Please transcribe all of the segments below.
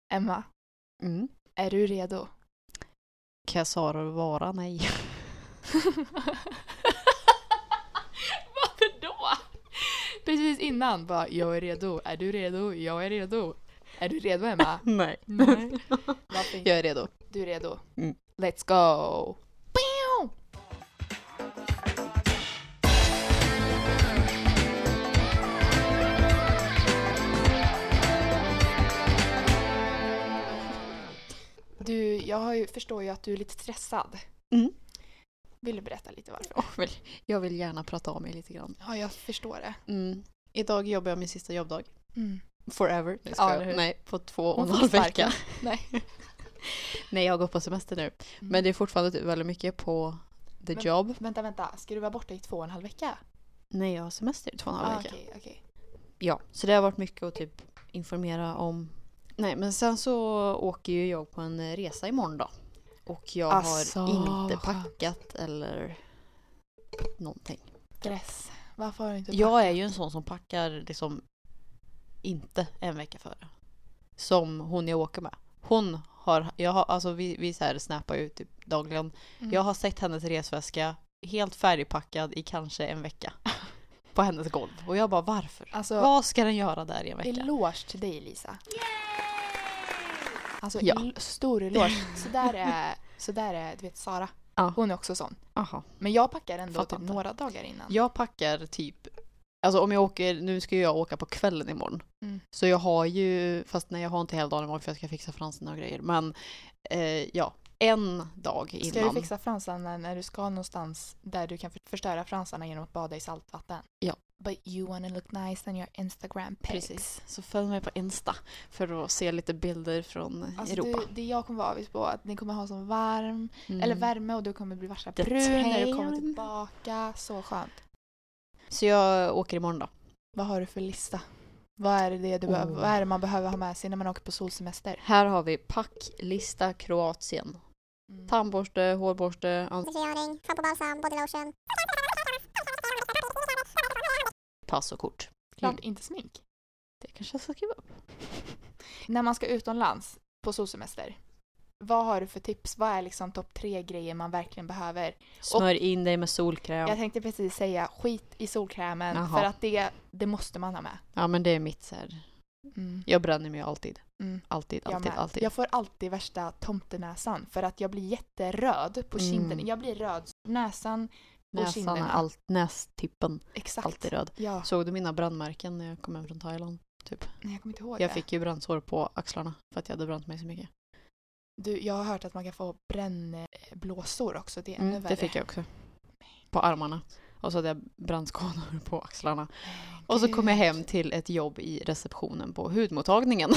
Emma, är du redo? Kan jag svara vara nej? Varför då? Precis innan bara, jag är redo. Är du redo? Jag är redo. Är du redo, Emma? Nej. Varför? Jag är redo. Du är redo. Mm. Let's go! Pew! Du, förstår ju att du är lite stressad. Mm. Vill du berätta lite varför? Jag vill gärna prata om mig lite grann. Ja, jag förstår det. Idag jobbar jag min sista jobbdag. Forever. Ja, nej, på 2,5 vecka. Nej. Nej, jag har gått på semester nu. Men det är fortfarande väldigt mycket på the job. Vänta. Ska du vara borta i 2,5 vecka? Nej, jag har semester i 2,5 vecka. Okej. Ja, så det har varit mycket att typ informera om. Nej, men sen så åker ju jag på en resa imorgon då. Och jag har inte packat eller någonting. Stress. Varför har du inte packat? Jag är ju en sån som packar liksom inte en vecka före. Som hon jag åker med. Hon har, alltså vi så här snappar ju typ dagligen. Jag har sett hennes resväska helt färdigpackad i kanske en vecka. På hennes golv. Och jag bara, varför? Alltså, vad ska den göra där i en vecka? Eloge till dig, Lisa. Alltså, Ja. Stor eloge. Så där är, du vet, Sara. Ja. Hon är också sån. Aha. Men jag packar ändå Fattar typ inte. några dagar innan. Jag packar typ, alltså om jag åker, nu ska jag åka på kvällen imorgon. Så jag har ju, fast nej jag har inte hela dagen imorgon för jag ska fixa fransen och grejer. Men ja, en dag innan. Ska du fixa fransarna när du ska någonstans där du kan förstöra fransarna genom att bada i saltvatten? Ja. But you wanna look nice on your Instagram pics. Precis, så följ mig på Insta för att se lite bilder från alltså Europa. det jag kommer vara avis på att ni kommer ha sån eller värme och du kommer bli värsta The brun när du tan. kommer tillbaka. Så skönt. Så jag åker imorgon då. Vad har du för lista? Vad är det vad är det man behöver ha med sig när man åker på solsemester? Här har vi packlista Kroatien. Tandborste, hårborste, Ansiktsrengöring, shampoo, balsam, body lotion. pass och kort. Klart inte smink. Det kanske jag ska skriva upp. När man ska utomlands på solsemester, vad har du för tips? Vad är liksom topp 3 grejer man verkligen behöver? Smörj in dig med solkräm. Jag tänkte precis säga skit i solkrämen. Jaha. För att det måste man ha med. Ja, men det är mitt så här. Jag bränner mig alltid. Alltid. Jag får alltid värsta tomtenäsan för att jag blir jätteröd på kinden. Jag blir röd. Näsan och kinderna. Nästippen. Exakt. Alltid röd. Ja. Såg du mina brännmärken när jag kom hem från Thailand? Typ. Nej, jag kommer inte ihåg Jag det. fick ju brännsår på axlarna för att jag hade bränt mig så mycket. Jag har hört att man kan få brännblåsor också. Det är ännu värre. Det fick jag också. På armarna. Och så hade jag brännskador på axlarna. Och så kom jag hem till ett jobb i receptionen på hudmottagningen.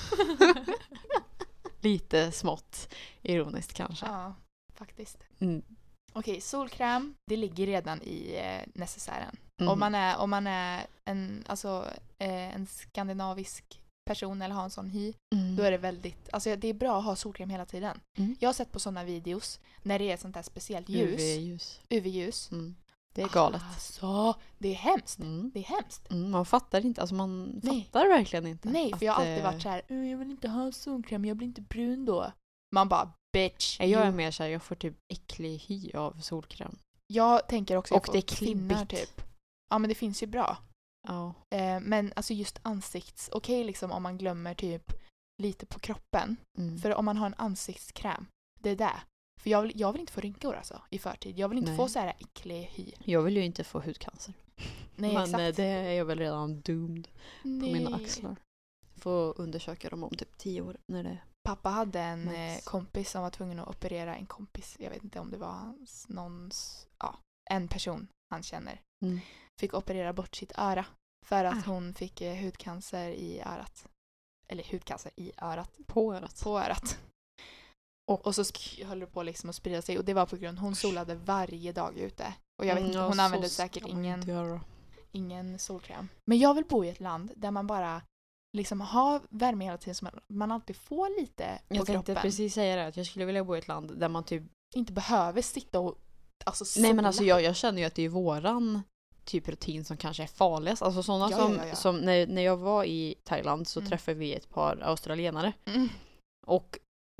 Lite smått ironiskt kanske. Ja, faktiskt. Mm. Okej, solkräm, det ligger redan i necessären. Mm. Om man är en skandinavisk person eller har en sån då är det väldigt, alltså det är bra att ha solkräm hela tiden. Jag har sett på sådana videos när det är ett sånt här speciellt ljus. UV-ljus. Det är galet. Alltså, det är hemskt. Det är hemskt. Man fattar inte, alltså man fattar verkligen inte. Nej, för jag har alltid varit så här, jag vill inte ha solkräm, jag blir inte brun då. Man bara, bitch. Jag är mer så här, jag får typ äcklig hy av solkräm. Jag tänker också och det är finnar typ. Ja, men det finns ju bra. Ja. Men alltså just okej liksom om man glömmer typ lite på kroppen. För om man har en ansiktskräm, det är där. För jag vill inte få rynkor alltså i förtid. Jag vill inte få så här äcklig hy. Jag vill ju inte få hudcancer. Nej, men exakt. Det är jag väl redan doomed på mina axlar. Får undersöka dem om typ 10 år när det. Pappa hade en kompis som var tvungen att operera en kompis. Jag vet inte om det var en person han känner. Fick operera bort sitt öra för att hon fick hudcancer i örat. Eller hudcancer i örat. På örat. Och så höll det på liksom att sprida sig. Och det var på grund hon solade varje dag ute. Och jag vet inte, hon använde säkert ingen solkräm. Men jag vill bo i ett land där man bara liksom har värme hela tiden, så man alltid får lite på kroppen. Jag tänkte precis säga det, att jag skulle vilja bo i ett land där man typ inte behöver sitta och sola. Nej, men alltså jag känner ju att det är våran typ rutin som kanske är farligast. Alltså sådana som när jag var i Thailand så träffade vi ett par australienare. Och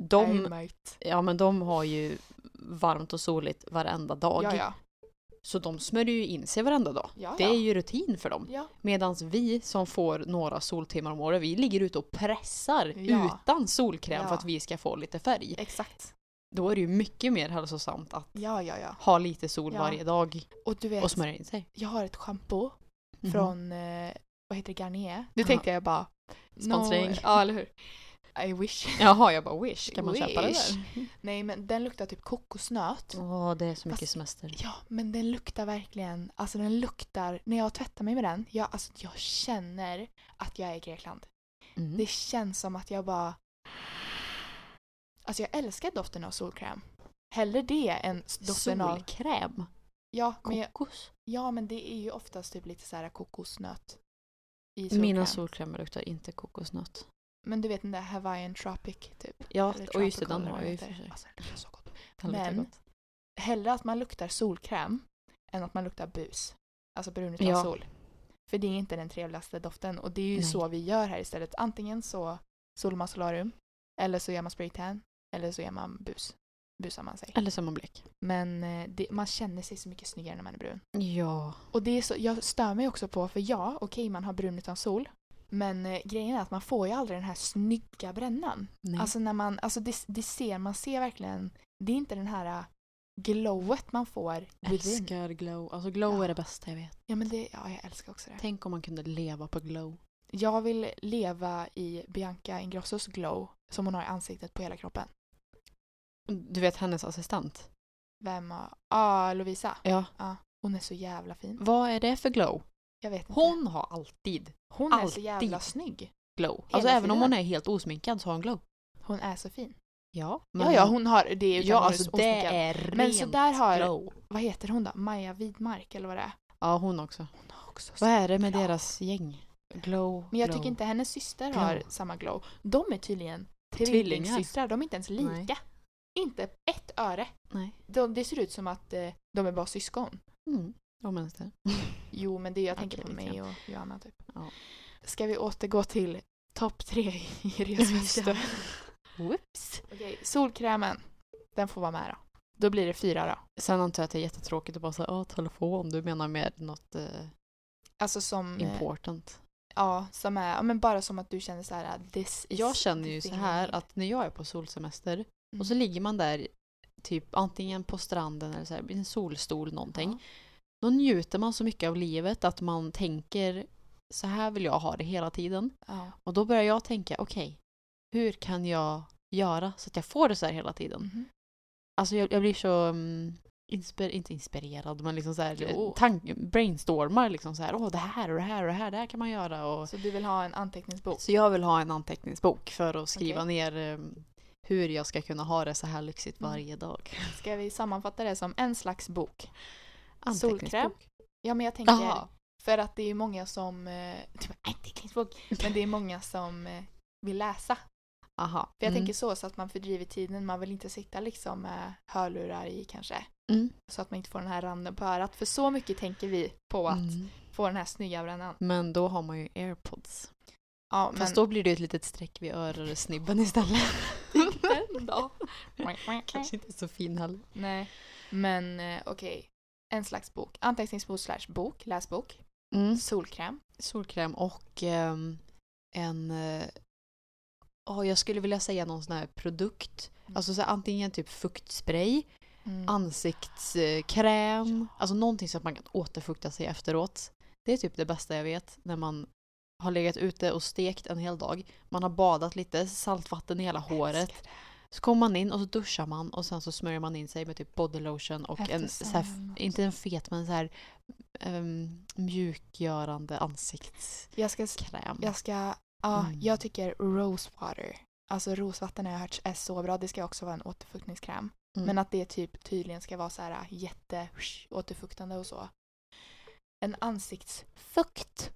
de har ju varmt och soligt varenda dag. Ja. Så de smörjer ju in sig varenda dag. Ja. Det är ju rutin för dem. Ja. Medan vi som får några soltimmar om året, vi ligger ute och pressar utan solkräm för att vi ska få lite färg. Exakt. Då är det ju mycket mer hälsosamt att ha lite sol varje dag och du vet, och smörja in sig. Jag har ett shampoo från, vad heter det, Garnier? Nu tänkte jag bara... Sponsring. Ja, eller hur? I wish. Jaha, jag bara wish. Kan man köpa det där? Nej, men den luktar typ kokosnöt. Det är så mycket semester. Ja, men den luktar verkligen... Alltså den luktar... När jag tvättar mig med den, jag känner att jag är i Grekland. Det känns som att jag bara... Alltså jag älskar doften av solkräm. Hellre det än doften av... Solkräm? Ja, kokos? Men det är ju oftast typ lite så här kokosnöt i solkräm. Mina solkrämer luktar inte kokosnöt. Men du vet den där Hawaiian Tropic typ. Ja, och just det, den har jag ju för sig. Alltså det är så gott. Men hellre att man luktar solkräm än att man luktar bus. Alltså brun utan sol. För det är inte den trevligaste doften. Och det är ju så vi gör här istället. Antingen så solar man solarium. Eller så gör man spraytan. Eller så gör man busar man sig. Eller så är man blek. Men man känner sig så mycket snyggare när man är brun. Ja. Och det är så, jag stör mig också på, för man har brun utan sol. Men grejen är att man får ju aldrig den här snygga brännan. Nej. Alltså när man, man ser verkligen, det är inte den här glowet man får. Älskar glow. Alltså glow är det bästa jag vet. Ja, men jag älskar också det. Tänk om man kunde leva på glow. Jag vill leva i Bianca Ingrossos glow som hon har i ansiktet på hela kroppen. Du vet hennes assistent? Vem? Lovisa. Ja. Hon är så jävla fin. Vad är det för glow? Jag vet inte. Hon har alltid. Hon är så jävla snygg. Glow. Alltså även om hon är helt osminkad så har hon glow. Hon är så fin. Ja. Men hon har det utan alltså det är rent men så där har glow. Vad heter hon då? Maja Widmark eller vad det är? Ja, hon också. Hon har också. Vad är det med deras gäng? Glow. Men jag tycker inte hennes syster har samma glow. De är tydligen tvillingsystrar. De är inte ens lika. Nej. Inte ett öre. Nej. Det ser ut som att de är bara syskon. Vad menas det? Jo, men det jag tänker på mig och Johanna typ. Ja. Ska vi återgå till topp 3 i reslistor? Whoops. Okej, solkrämen. Den får vara med då. Då blir det 4 då. Sen antar jag att det är jättetråkigt att bara säga telefon. Du menar med något alltså som important. Som är men bara som att du känner så här jag känner ju så här att när jag är på solsemester och så ligger man där typ antingen på stranden eller så här, i en solstol någonting. Då njuter man så mycket av livet att man tänker så här vill jag ha det hela tiden. Och då börjar jag tänka okej, hur kan jag göra så att jag får det så här hela tiden? Alltså jag blir så inte inspirerad men liksom så här brainstormar liksom så här det här och det här och det här kan man göra och så du vill ha en anteckningsbok? Så jag vill ha en anteckningsbok för att skriva ner hur jag ska kunna ha det så här lyxigt varje dag. Ska vi sammanfatta det som en slags bok? Solkräm? Ja, men jag tänker för att det är många som anteckningsbok, men det är många som vill läsa. Aha. För jag tänker så att man fördriver tiden. Man vill inte sitta liksom med hörlurar i kanske. Så att man inte får den här randen på örat. För så mycket tänker vi på att få den här snygga brännan. Men då har man ju AirPods. Ja, fast då blir det ett litet streck vid örorsnibben istället. Kanske inte så fin heller. Nej, men okej. En slags bok. Anteckningsbok / bok. Läsbok. Solkräm. Solkräm och jag skulle vilja säga någon sån här produkt. Alltså så här, antingen typ fuktspray, ansiktskräm, alltså någonting så att man kan återfukta sig efteråt. Det är typ det bästa jag vet när man har legat ute och stekt en hel dag. Man har badat lite, saltvatten i hela håret. Så kommer man in och så duschar man och sen så smörjer man in sig med typ body lotion och en så här, inte en fet men så här mjukgörande ansiktskräm. Jag tycker rosewater. Alltså rosvatten har jag hört är så bra. Det ska också vara en återfuktningskräm. Men att det typ tydligen ska vara så här jätte återfuktande och så. En ansiktsfukt.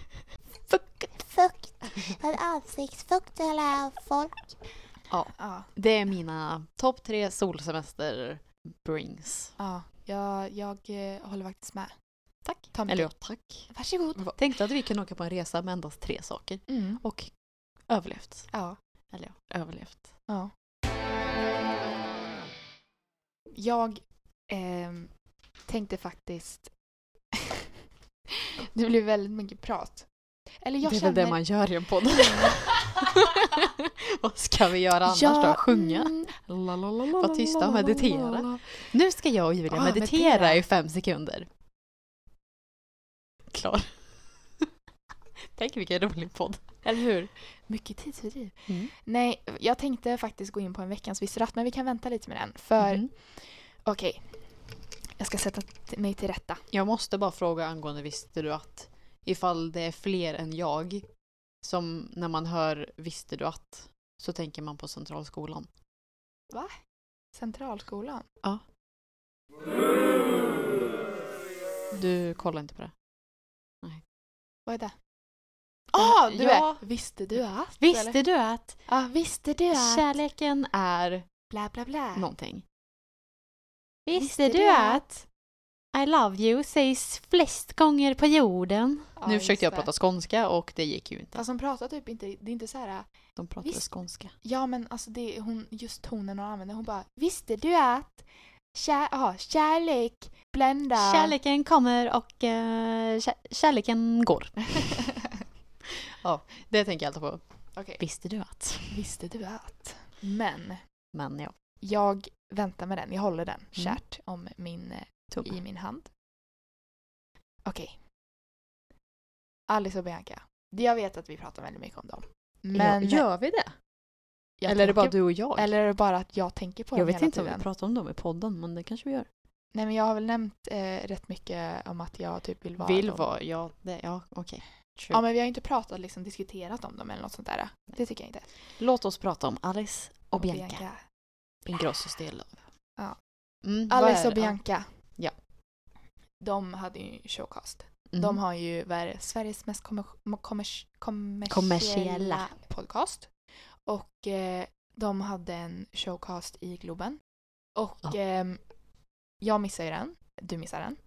En ansiktsfukt eller folk. Ja. Det är mina topp 3 solsemester brings. Ja, jag håller faktiskt med. Tack. Eller ja, tack. Varsågod. Tänkte att vi kunde åka på en resa med endast 3 saker. Och överlevt. Ja. Eller ja, överlevt. Ja. Jag tänkte faktiskt... det blir väldigt mycket prat. Eller jag det är känner... väl det man gör i en podd. Vad ska vi göra annars då? Sjunga? Var tysta och meditera. Nu ska jag och Julia meditera i 5 sekunder. Klar. Tänk vilken rolig podd. Eller hur? Mycket tidsfördriv. Nej, jag tänkte faktiskt gå in på en veckans vissrat, men vi kan vänta lite med den. För, okej. Jag ska sätta mig till rätta. Jag måste bara fråga angående visste du att ifall det är fler än jag som när man hör visste du att så tänker man på Centralskolan. Va? Centralskolan? Ja. Du kollar inte på det? Nej. Vad är det? Du ja. är. Visste du att? Visste du att? Ja, visste du att? Kärleken är bla bla bla. Någonting. Visste du att I love you sägs flest gånger på jorden? Ja, nu försökte jag prata skånska och det gick ju inte. Fast de pratar typ inte, det är inte så här. De pratar skånska. Ja, men alltså det är hon, just tonen hon använder. Hon bara, visste du att kärlek bländar. Kärleken kommer och kärleken går. Ja, det tänker jag alltid på. Okay. Visste du att? Visste du att? Men ja. Jag väntar med den. Jag håller den kärt om i min hand. Okej. Alice och Bianca. Jag vet att vi pratar väldigt mycket om dem. Men gör vi det? Eller är det bara du och jag? Eller är det bara att jag tänker på dem hela tiden? Jag vet inte om vi pratar om dem i podden, men det kanske vi gör. Nej, men jag har väl nämnt rätt mycket om att jag typ vill vara ja, okej. Ja, men vi har inte pratat, liksom diskuterat om dem eller något sånt där. Det tycker jag inte. Låt oss prata om Alice och Bianca. Ingrossos del. Ja. Alice och Bianca. Ja. De hade ju showcast. De har ju Sveriges mest kommersiella podcast. Och de hade en showcast i Globen. Och jag missade ju den. Du missade den.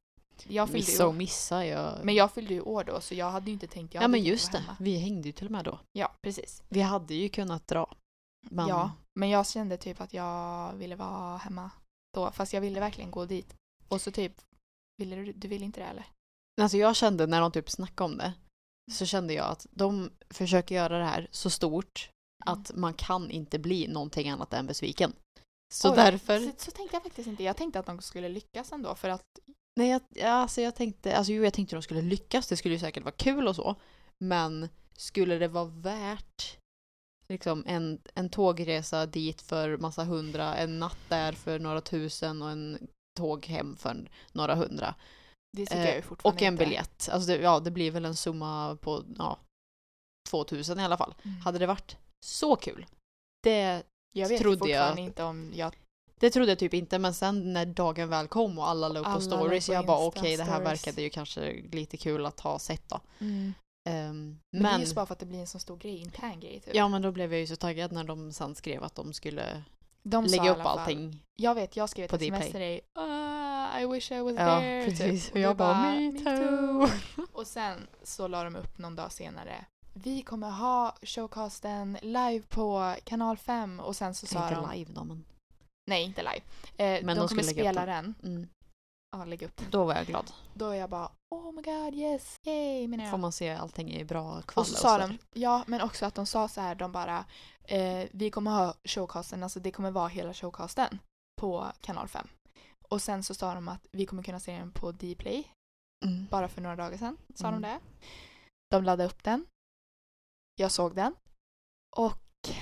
Men jag fyllde ju år då, så jag hade ju inte tänkt. Ja, men just det. Hemma. Vi hängde ju till och med då. Ja, precis. Vi hade ju kunnat dra. Men... Ja, men jag kände typ att jag ville vara hemma då. Fast jag ville verkligen gå dit. Och så typ, du ville inte det eller? Alltså jag kände när de typ snackade om det, så kände jag att de försöker göra det här så stort att man kan inte bli någonting annat än besviken. Så därför... Så tänkte jag faktiskt inte. Jag tänkte att de skulle lyckas ändå för att... Nej, jag tänkte att de skulle lyckas. Det skulle ju säkert vara kul och så. Men skulle det vara värt liksom en tågresa dit för massa 100, en natt där för några tusen och en tåg hem för några 100. Det tycker jag ju fortfarande och en biljett. Alltså det blir väl en summa på 2000 i alla fall. Hade det varit så kul? Det trodde jag inte om jag... Det trodde jag typ inte, men sen när dagen väl kom och alla låg på stories, jag bara okej, det här verkade ju kanske lite kul att ha sett då. Men det är just bara för att det blir en så stor grej, intern grej typ. Ja, men då blev jag ju så taggad när de sen skrev att de skulle lägga upp allting. Jag vet, jag skrev ett sms till dig. I wish I was there. Precis. Typ. Och jag bara, me too. Och sen så la de upp någon dag senare. Vi kommer ha showcasten live på kanal 5. Och sen så sa de... Inte live då, men... Nej, inte live. Men de kommer spela den. Ja, lägga upp den. Då var jag glad. Då är jag bara, oh my god, yes, yay, menar jag. Får man se allting i bra kvalitet. Och så sa de, ja, men också att de sa så här, de bara, vi kommer ha showcasten, alltså det kommer vara hela showcasten på kanal 5. Och sen så sa de att vi kommer kunna se den på Dplay. Bara för några dagar sedan sa de det. De laddade upp den. Jag såg den. Och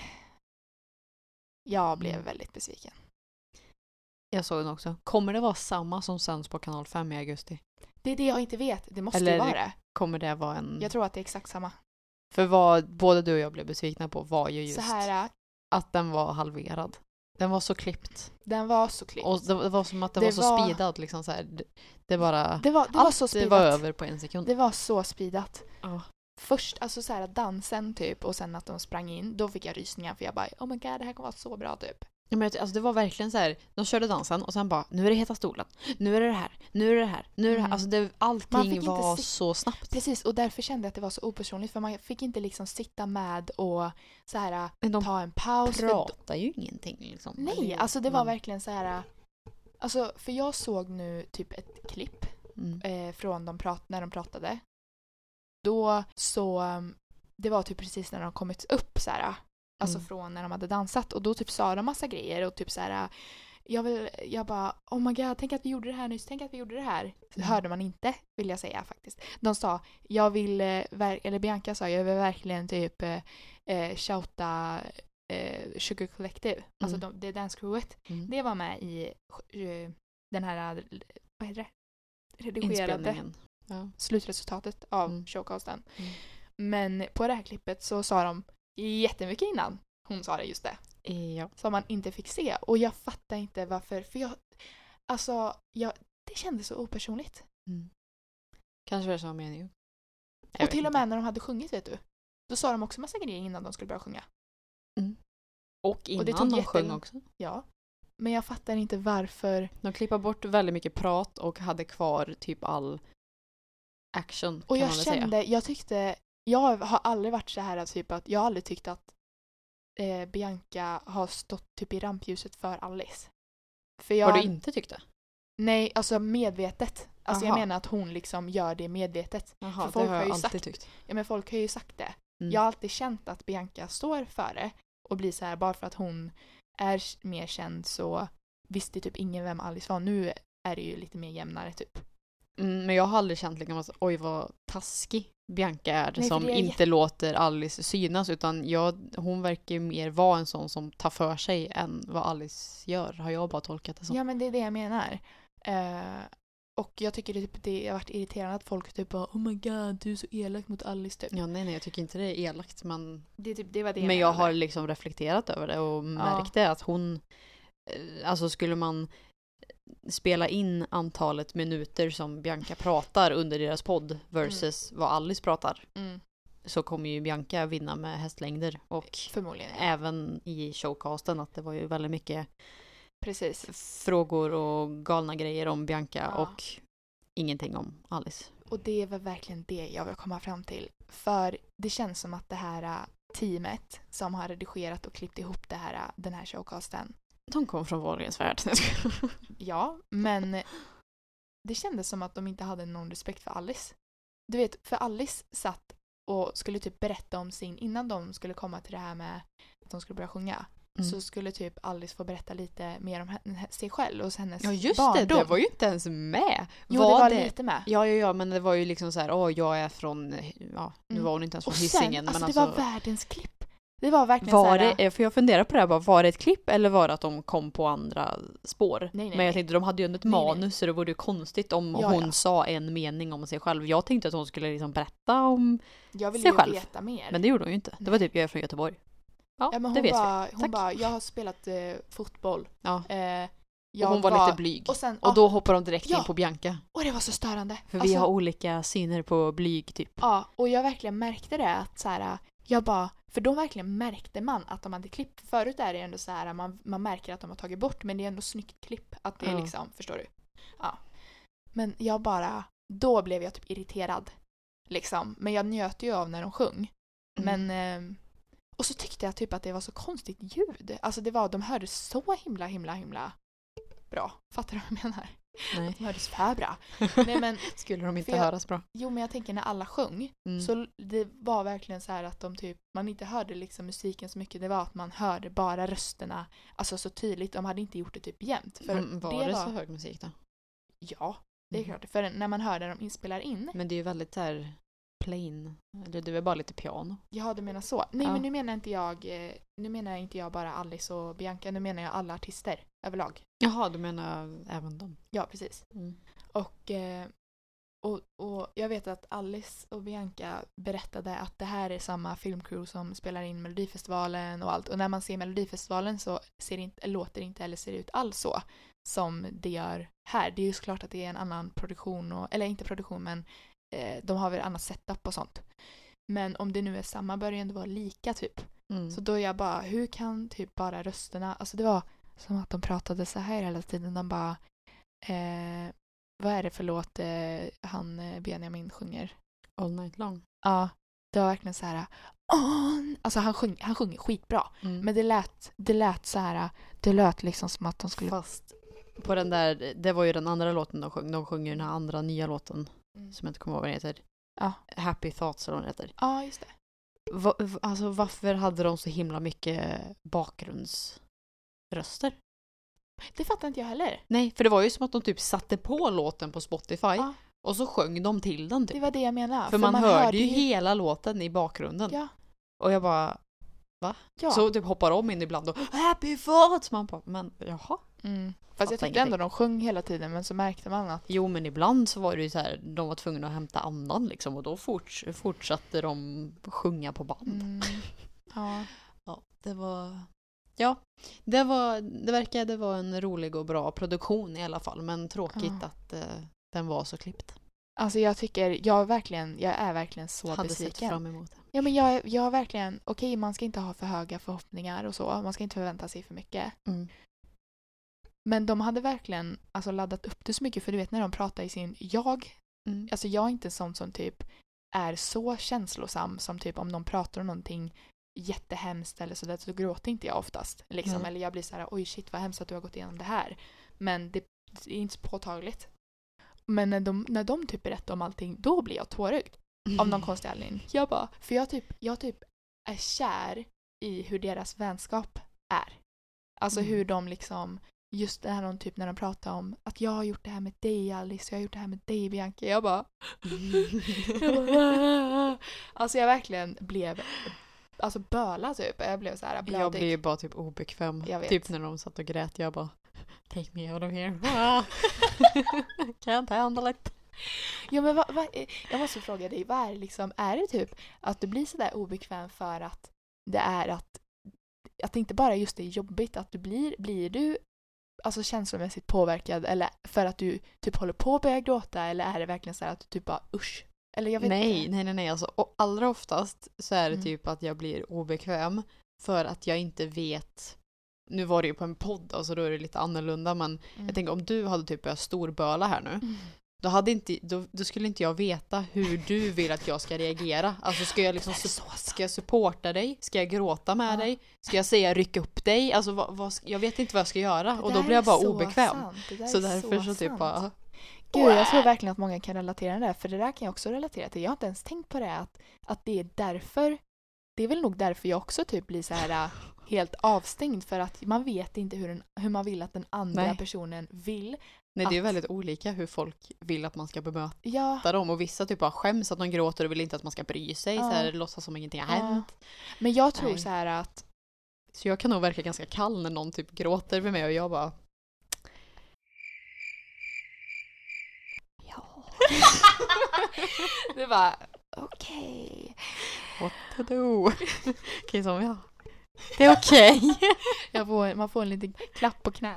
jag blev väldigt besviken. Jag såg den också. Kommer det vara samma som sänds på kanal 5 i augusti? Det är det jag inte vet. Det måste ju vara det. Kommer det vara en... Jag tror att det är exakt samma. För vad både du och jag blev besvikna på var ju just så här, att den var halverad. Den var så klippt. Den var så klippt. Och det var som att det var så speedad liksom så här. Det bara... Det var så speedat. Det var över på en sekund. Det var så speedat. Först, alltså så här dansen typ, och sen att de sprang in, då fick jag rysningar för jag bara, oh my god, det här kommer vara så bra typ. Ja, men alltså det var verkligen så här, de körde dansen och sen bara, nu är det heta stolen, nu är det här, nu är det här, nu är det här. Alltså allting var så snabbt. Precis, och därför kände jag att det var så opersonligt, för man fick inte liksom sitta med och så här ta en paus. De pratar ju ingenting liksom. Nej, alltså det var verkligen så här, alltså för jag såg nu typ ett klipp från när de pratade. Då så, det var typ precis när de kommit upp så här. Alltså från när de hade dansat. Och då typ sa de massa grejer. Och typ så här. Jag bara, oh my god, tänk att vi gjorde det här nyss. Tänk att vi gjorde det här. Hörde man inte, vill jag säga faktiskt. De sa, eller Bianca sa, jag vill verkligen typ shouta Sugar Collective. Alltså det dance crewet. Det var med i den här, vad heter det? Redigerade slutresultatet av showcasten. Men på det här klippet så sa de jättemycket innan hon sa det, just det. Ja. Som man inte fick se. Och jag fattar inte varför. För det kändes så opersonligt. Kanske det som meningen. Och till och med när de hade sjungit, vet du. Då sa de också massa grejer innan de skulle börja sjunga. Och innan de sjöng också. Ja. Men jag fattar inte varför. De klippade bort väldigt mycket prat och hade kvar typ all action. Och jag har aldrig varit så här typ att jag har aldrig tyckt att Bianca har stått typ i rampljuset för Alice. Har du inte tyckt det? Nej, alltså medvetet. Alltså jag menar att hon liksom gör det medvetet. Jaha, för folk det har jag alltid tyckt. Ja, men folk har ju sagt det. Jag har alltid känt att Bianca står för det och blir så här bara för att hon är mer känd, så visste typ ingen vem Alice var. Nu är det ju lite mer jämnare typ. Men jag har aldrig känt liksom att oj vad taskig Bianca är. Nej, som inte låter Alice synas, utan hon verkar mer vara en sån som tar för sig än vad Alice gör. Har jag bara tolkat det som. Ja, men det är det jag menar. Och jag tycker det har varit irriterande att folk typ bara, oh my god, du är så elak mot Alice typ. Ja, nej, jag tycker inte det är elakt, men det var det men jag har liksom reflekterat över det och märkte att hon, alltså skulle man spela in antalet minuter som Bianca pratar under deras podd versus vad Alice pratar, så kommer ju Bianca vinna med hästlängder. Och förmodligen även i showcasten att det var ju väldigt mycket frågor och galna grejer om Bianca och ingenting om Alice. Och det är väl verkligen det jag vill komma fram till. För det känns som att det här teamet som har redigerat och klippt ihop den här showcasten, de kom från Wahlgrens värld. Ja, men det kändes som att de inte hade någon respekt för Alice. Du vet, för Alice satt och skulle typ berätta om innan de skulle komma till det här med att de skulle börja sjunga. Så skulle typ Alice få berätta lite mer om sig själv och hennes barndom. Ja, just det var ju inte ens med. Jo, det var lite med. Ja, men det var ju liksom så här, jag är från, nu var hon inte ens från Hisingen. Men det var världens klipp. Det var verkligen så här. För jag funderar på det här, var det ett klipp eller var det att de kom på andra spår? Nej. Men jag tänkte, de hade ju ett manus, så det vore ju konstigt om hon sa en mening om sig själv. Jag tänkte att hon skulle liksom berätta om sig själv. Veta mer. Men det gjorde hon ju inte. Det var typ, jag är från Göteborg. Ja, men det vet vi. Hon bara, jag har spelat fotboll. Ja. Och hon var lite blyg. Och då hoppar de direkt in på Bianca. Och det var så störande. För vi har olika syner på blyg typ. Ja, och jag verkligen märkte det att så här, för då verkligen märkte man att de hade klipp. Förut är det ändå så här, man märker att de har tagit bort, men det är ändå snyggt klipp. Att det är liksom, förstår du? Ja. Men då blev jag typ irriterad. Liksom. Men jag njöt ju av när de sjöng. Men och så tyckte jag typ att det var så konstigt ljud. Alltså de hördes så himla bra. Fattar du vad jag menar? Nej. De hördes för bra. Nej, men skulle de inte höras bra? Jo, men jag tänker när alla sjöng så det var verkligen så här att de typ, man inte hörde liksom musiken så mycket. Det var att man hörde bara rösterna, alltså så tydligt. De hade inte gjort det typ jämt. För var det så hög musik då? Ja, det är klart. För när man hörde dem inspelar in. Men det är ju väldigt så här plain. Det är bara lite piano. Ja, du menar så. Nej, men nu menar inte jag bara Alice och Bianca. Nu menar jag alla artister överlag. Jaha, du menar även dem? Ja, precis. Och jag vet att Alice och Bianca berättade att det här är samma filmcrew som spelar in Melodifestivalen och allt. Och när man ser Melodifestivalen så låter det inte eller ser det ut alls så som det gör här. Det är ju såklart att det är en annan produktion, eller inte produktion, men de har väl annat setup och sånt. Men om det nu är samma början, det var lika typ. Så då jag bara, hur kan typ bara rösterna, alltså det var som att de pratade så här hela tiden. De bara, vad är det för låt han Benjamin sjunger? All Night Long. Ja, det var verkligen så här. Alltså han sjunger skitbra. Men det lät så här. Det lät liksom som att de skulle... Fast på den där, det var ju den andra låten de sjöng. De sjunger den här andra nya låten som jag inte kommer ihåg vad den heter. Ja. Happy Thoughts eller vad den heter. Ja, just det. Alltså varför hade de så himla mycket bakgrundsröster? Det fattar inte jag heller. Nej, för det var ju som att de typ satte på låten på Spotify och så sjöng de till den typ. Det var det jag menade. För man hörde ju hela låten i bakgrunden. Ja. Och jag bara, va? Ja. Så typ hoppar de in ibland och Happy Thoughts! Man bara, men jaha. Fast jag tyckte ändå de sjöng hela tiden, men så märkte man att... Jo, men ibland så var det ju så här, de var tvungna att hämta andan liksom och då fortsatte de sjunga på band. Ja. Ja, det var... Ja, det verkade vara en rolig och bra produktion i alla fall, men tråkigt att den var så klippt. Alltså jag tycker, jag är verkligen så hade besviken. sett fram emot det. Ja, men jag har verkligen, okej, man ska inte ha för höga förhoppningar och så, man ska inte förvänta sig för mycket. Men de hade verkligen alltså laddat upp det så mycket, för du vet när de pratar i sin alltså jag är inte sån som typ är så känslosam som typ om de pratar om någonting jättehemskt eller sådär, så gråter inte jag oftast liksom, eller jag blir så här, oj shit vad hemskt att du har gått igenom det här, men det är inte så påtagligt. Men när de typ berättar om allting, då blir jag tårögd av någon konstig anledning. För jag typ är kär i hur deras vänskap är. Alltså hur de liksom, just det här typ när de pratar om att jag har gjort det här med dig Alice, jag har gjort det här med dig Bianca. Jag bara alltså jag verkligen blev böla typ. Jag blev så här blödig. Jag blev ju bara typ obekväm. Typ när de satt och grät, jag bara take me out of here. Can't handle it. Ja, men jag måste fråga dig, vad är det liksom, är det typ att du blir så där obekväm för att det är att det inte bara just är jobbigt, att du blir du alltså känslomässigt påverkad, eller för att du typ håller på att börja gråta, eller är det verkligen så här att du typ bara usch? Eller jag vet inte. Nej, alltså, och allra oftast så är det typ att jag blir obekväm för att jag inte vet. Nu var det ju på en podd, alltså då är det lite annorlunda, men jag tänker om du hade typ börjat storböla här nu, då skulle inte jag veta hur du vill att jag ska reagera. Alltså ska jag liksom ska jag supporta dig? Ska jag gråta med dig? Ska jag säga ryck upp dig? Alltså jag vet inte vad jag ska göra, och då blir jag bara obekväm. Så därför så typ bara... Gud, jag tror verkligen att många kan relatera det, för det där kan jag också relatera till. Jag har inte ens tänkt på det, att det är därför. Det är väl nog därför jag också typ blir så här helt avstängd, för att man vet inte hur man vill att den andra personen vill. Nej, det är ju väldigt olika hur folk vill att man ska bemöta dem, och vissa typ bara skäms att de gråter och vill inte att man ska bry sig, så här, låtsas som ingenting har hänt. Men jag tror så här att så jag kan nog verka ganska kall när någon typ gråter med mig, och jag bara det var okej. What to do? Okej, som jag. Det är okej. Man får en liten klapp på knät.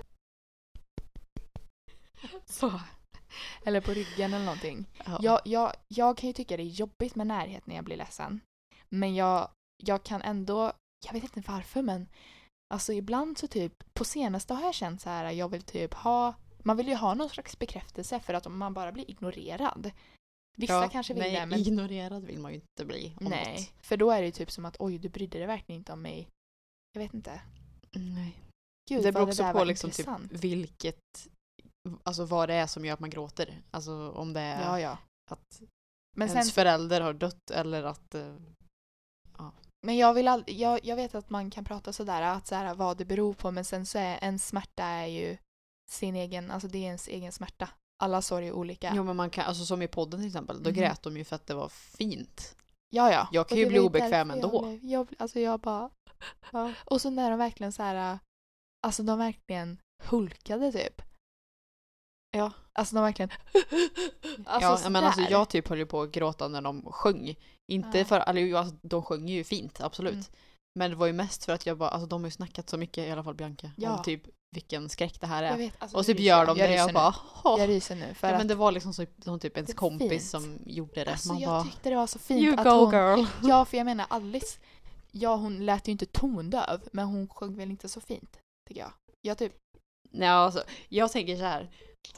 Så. Eller på ryggen eller någonting. Ja. Jag kan ju tycka det är jobbigt med närhet när jag blir ledsen. Men jag kan ändå, jag vet inte varför, men alltså ibland så typ, på senaste har jag känt så här, jag vill typ man vill ju ha någon slags bekräftelse, för att om man bara blir ignorerad. Vissa kanske vill det, men ignorerad vill man ju inte bli. Nej, för då är det ju typ som att oj, du brydde dig verkligen inte om mig. Jag vet inte. Nej. Gud, det beror också på liksom typ vad det är som gör att man gråter. Alltså om det är att men ens förälder har dött, eller att Men jag vet att man kan prata sådär, att så här, vad det beror på, men sen så är en smärta är ju sin egen, alltså det är ens egen smärta. Alla sorg är olika. Jo, men man kan, alltså som i podden till exempel, då grät de ju för att det var fint. Ja. Jag kan ju bli obekväm ändå. Jag bara... Ja. Och så när de verkligen så här... Alltså de verkligen hulkade typ. Ja. Alltså de verkligen... men alltså jag typ höll ju på att gråta när de sjöng. Inte för... Alltså, de sjöng ju fint, absolut. Men det var ju mest för att jag bara... Alltså de har ju snackat så mycket, i alla fall Bianca. Om typ vilken skräck det här är. Vet, alltså, och så gör de det, jag bara... Jag ryser nu. För men det var liksom som typ ens kompis fint. Som gjorde det. Alltså man jag bara, tyckte det var så fint. You go girl. Ja, för jag menar Alice... Ja, hon lät ju inte tondöv, men hon sjöng väl inte så fint, tycker jag. Jag typ... Nej, alltså, jag tänker så här.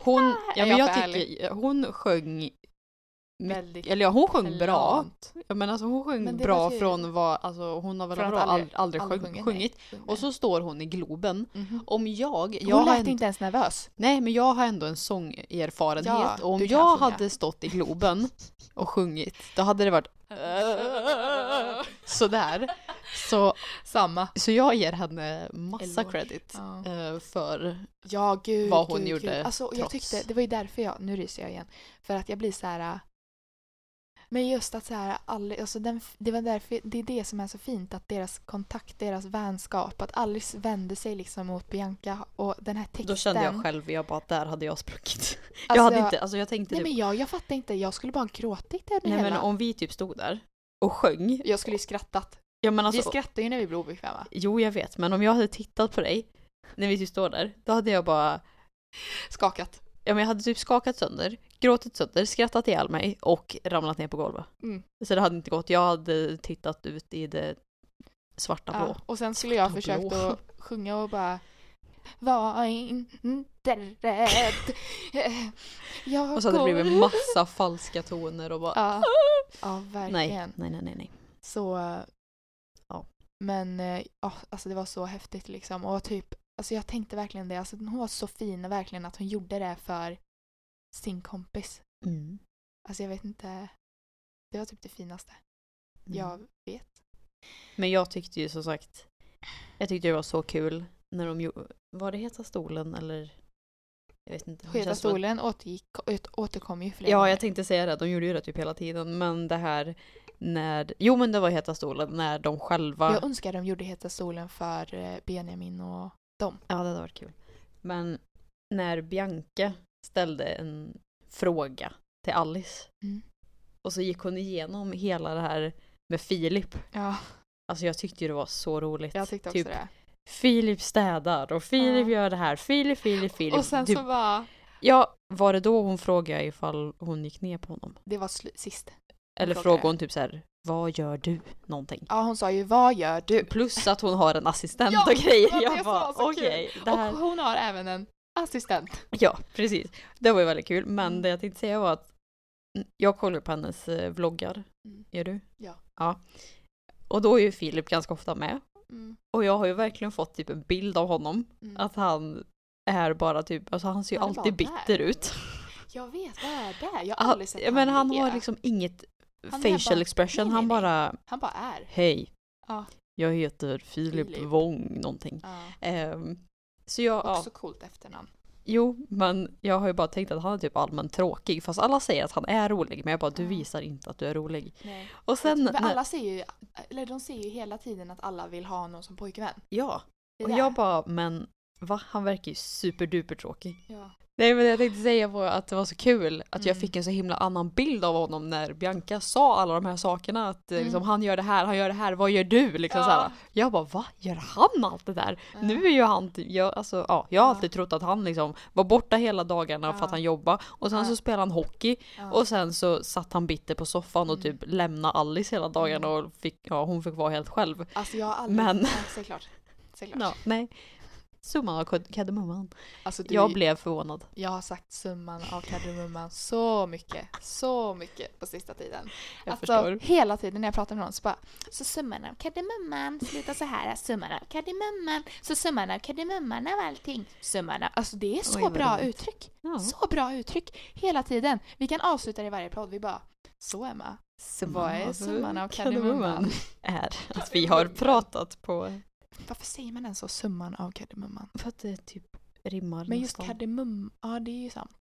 Hon sjöng väldigt eller ja, hon sjöng bra. plant. Ja, men alltså hon sjöng Men det bra var ju- från vad, alltså hon har väl Från att bra, aldrig aldrig sjungit. nej. Och så står hon i Globen. Mhm. Om jag Hon har lät inte ens nervös. Nej, men jag har ändå en sångerfarenhet. Ja, Och om du kan jag sjunga. hade stått i Globen och sjungit, då hade det varit sådär. Så jag ger henne massa Eloge. credit Ja. för Ja, gud. vad hon gud, gjorde gud. Alltså, jag trots. tyckte, det var ju därför nu ryser jag igen. För att jag blir så här. Men just att så här, alltså det var därför, det är det som är så fint, att deras kontakt, deras vänskap, att Alice vände sig liksom mot Bianca och den här texten. Då kände jag själv, jag bara, att där hade jag spruckit. Alltså, jag hade inte, alltså jag tänkte nej, typ, men jag fattade inte, jag skulle bara gråtit över nej hela. men om vi typ stod där och sjöng. Jag skulle ju skrattat. Ja, men alltså, Vi skrattar ju när vi blir obekväma. jo, jag vet, men om jag hade tittat på dig när vi typ står där, då hade jag bara, Skakat. ja, men jag hade typ skakat sönder, gråtit sönder, skrattat ihjäl mig och ramlat ner på golvet. Mm. Så det hade inte gått. Jag hade tittat ut i det svarta blå. Ja, och sen skulle jag Svarta försökt blå. att sjunga och bara var inte rädd. Jag Och så hade det går. blivit massa falska toner och bara Ja, ja verkligen. nej. Så, Ja. men ja, alltså det var så häftigt liksom. Och typ, alltså jag tänkte verkligen det. Alltså hon var så fin verkligen att hon gjorde det för sin kompis. Mm. Alltså jag vet inte, det var typ det finaste jag vet. Men jag tyckte ju som sagt, jag tyckte det var så kul när de gjorde, var det Heta stolen eller jag vet inte. Heta stolen återkom ju flera Ja, gånger. jag tänkte säga det, de gjorde ju det typ hela tiden, men det här jo, men det var Heta stolen när de själva. Jag önskar de gjorde Heta stolen för Benjamin och dem. Ja, det hade varit kul. Men när Bianca ställde en fråga till Alice och så gick hon igenom hela det här med Filip. Ja, Alltså jag tyckte ju det var så roligt. jag tyckte också typ, det. Filip städar och Filip gör det här. Filip. Och sen typ, så var ja, var det då hon frågade ifall hon gick ner på honom? det var sist. Eller frågade. frågade hon typ så här, vad gör du? Någonting. Ja, hon sa ju, vad gör du? Plus att hon har en assistent Ja, och grejer. det var det Jag som bara, var så okej. kul. Det här... Och hon har även en assistent. Ja, precis. Det var ju väldigt kul. Men det jag tänkte säga var att jag kollar på hennes vloggar. Gör du? Ja. Och då är ju Filip ganska ofta med. Och jag har ju verkligen fått typ en bild av honom. Att han är bara typ, alltså han ser ju Han är alltid bara bitter där. ut. Jag vet, vad är det? Jag har aldrig sett Men han le. har liksom inget Han är facial bara- expression. nej, Han nej. bara, Han bara är. hej. Ja. Jag heter Filip Filip. Wong någonting. Ja. Så jag, Också coolt efternamn. jo, men jag har ju bara tänkt att han är typ allmänt tråkig. Fast alla säger att han är rolig. Men jag bara, du visar inte att du är rolig. Nej. Och sen, Men alla säger ju, eller de säger ju hela tiden att alla vill ha någon som pojkvän. ja. Det är Och det. jag bara, men va? Han verkar ju superduper tråkig. Ja. Nej, men det jag tänkte säga var att det var så kul att jag Mm. fick en så himla annan bild av honom när Bianca sa alla de här sakerna. Att liksom, han gör det här, vad gör du? Liksom, Ja. så här. Jag bara, va? Gör han allt det där? Ja. Nu är ju han, jag har alltid trott att han liksom var borta hela dagarna för att han jobbade. Och sen så spelade han hockey. Ja. Och sen så satt han bitter på soffan och typ lämnade Alice hela dagarna och hon fick vara helt själv. Alltså jag har aldrig... Men- Ja, såklart. Ja, nej. Summan av kardemumman. Alltså, Jag blev förvånad. Jag har sagt summan av kardemumman så mycket på sista tiden. Jag Alltså förstår. hela tiden när jag pratar med någon så bara, så summan av kardemumman slutar så här, summan av kardemumman, så summan av kardemumman av allting. Summan av, alltså det är så Oj, vad bra roligt. uttryck. Ja. Så bra uttryck hela tiden. Vi kan avsluta det i varje podd. Vi bara, så Emma, vad är summan av kardemumman? Är att vi har pratat på... Varför säger man ens så, summan av kardemumman? För att det typ rimmar Men just nästan. kardemum, ja det är ju sant.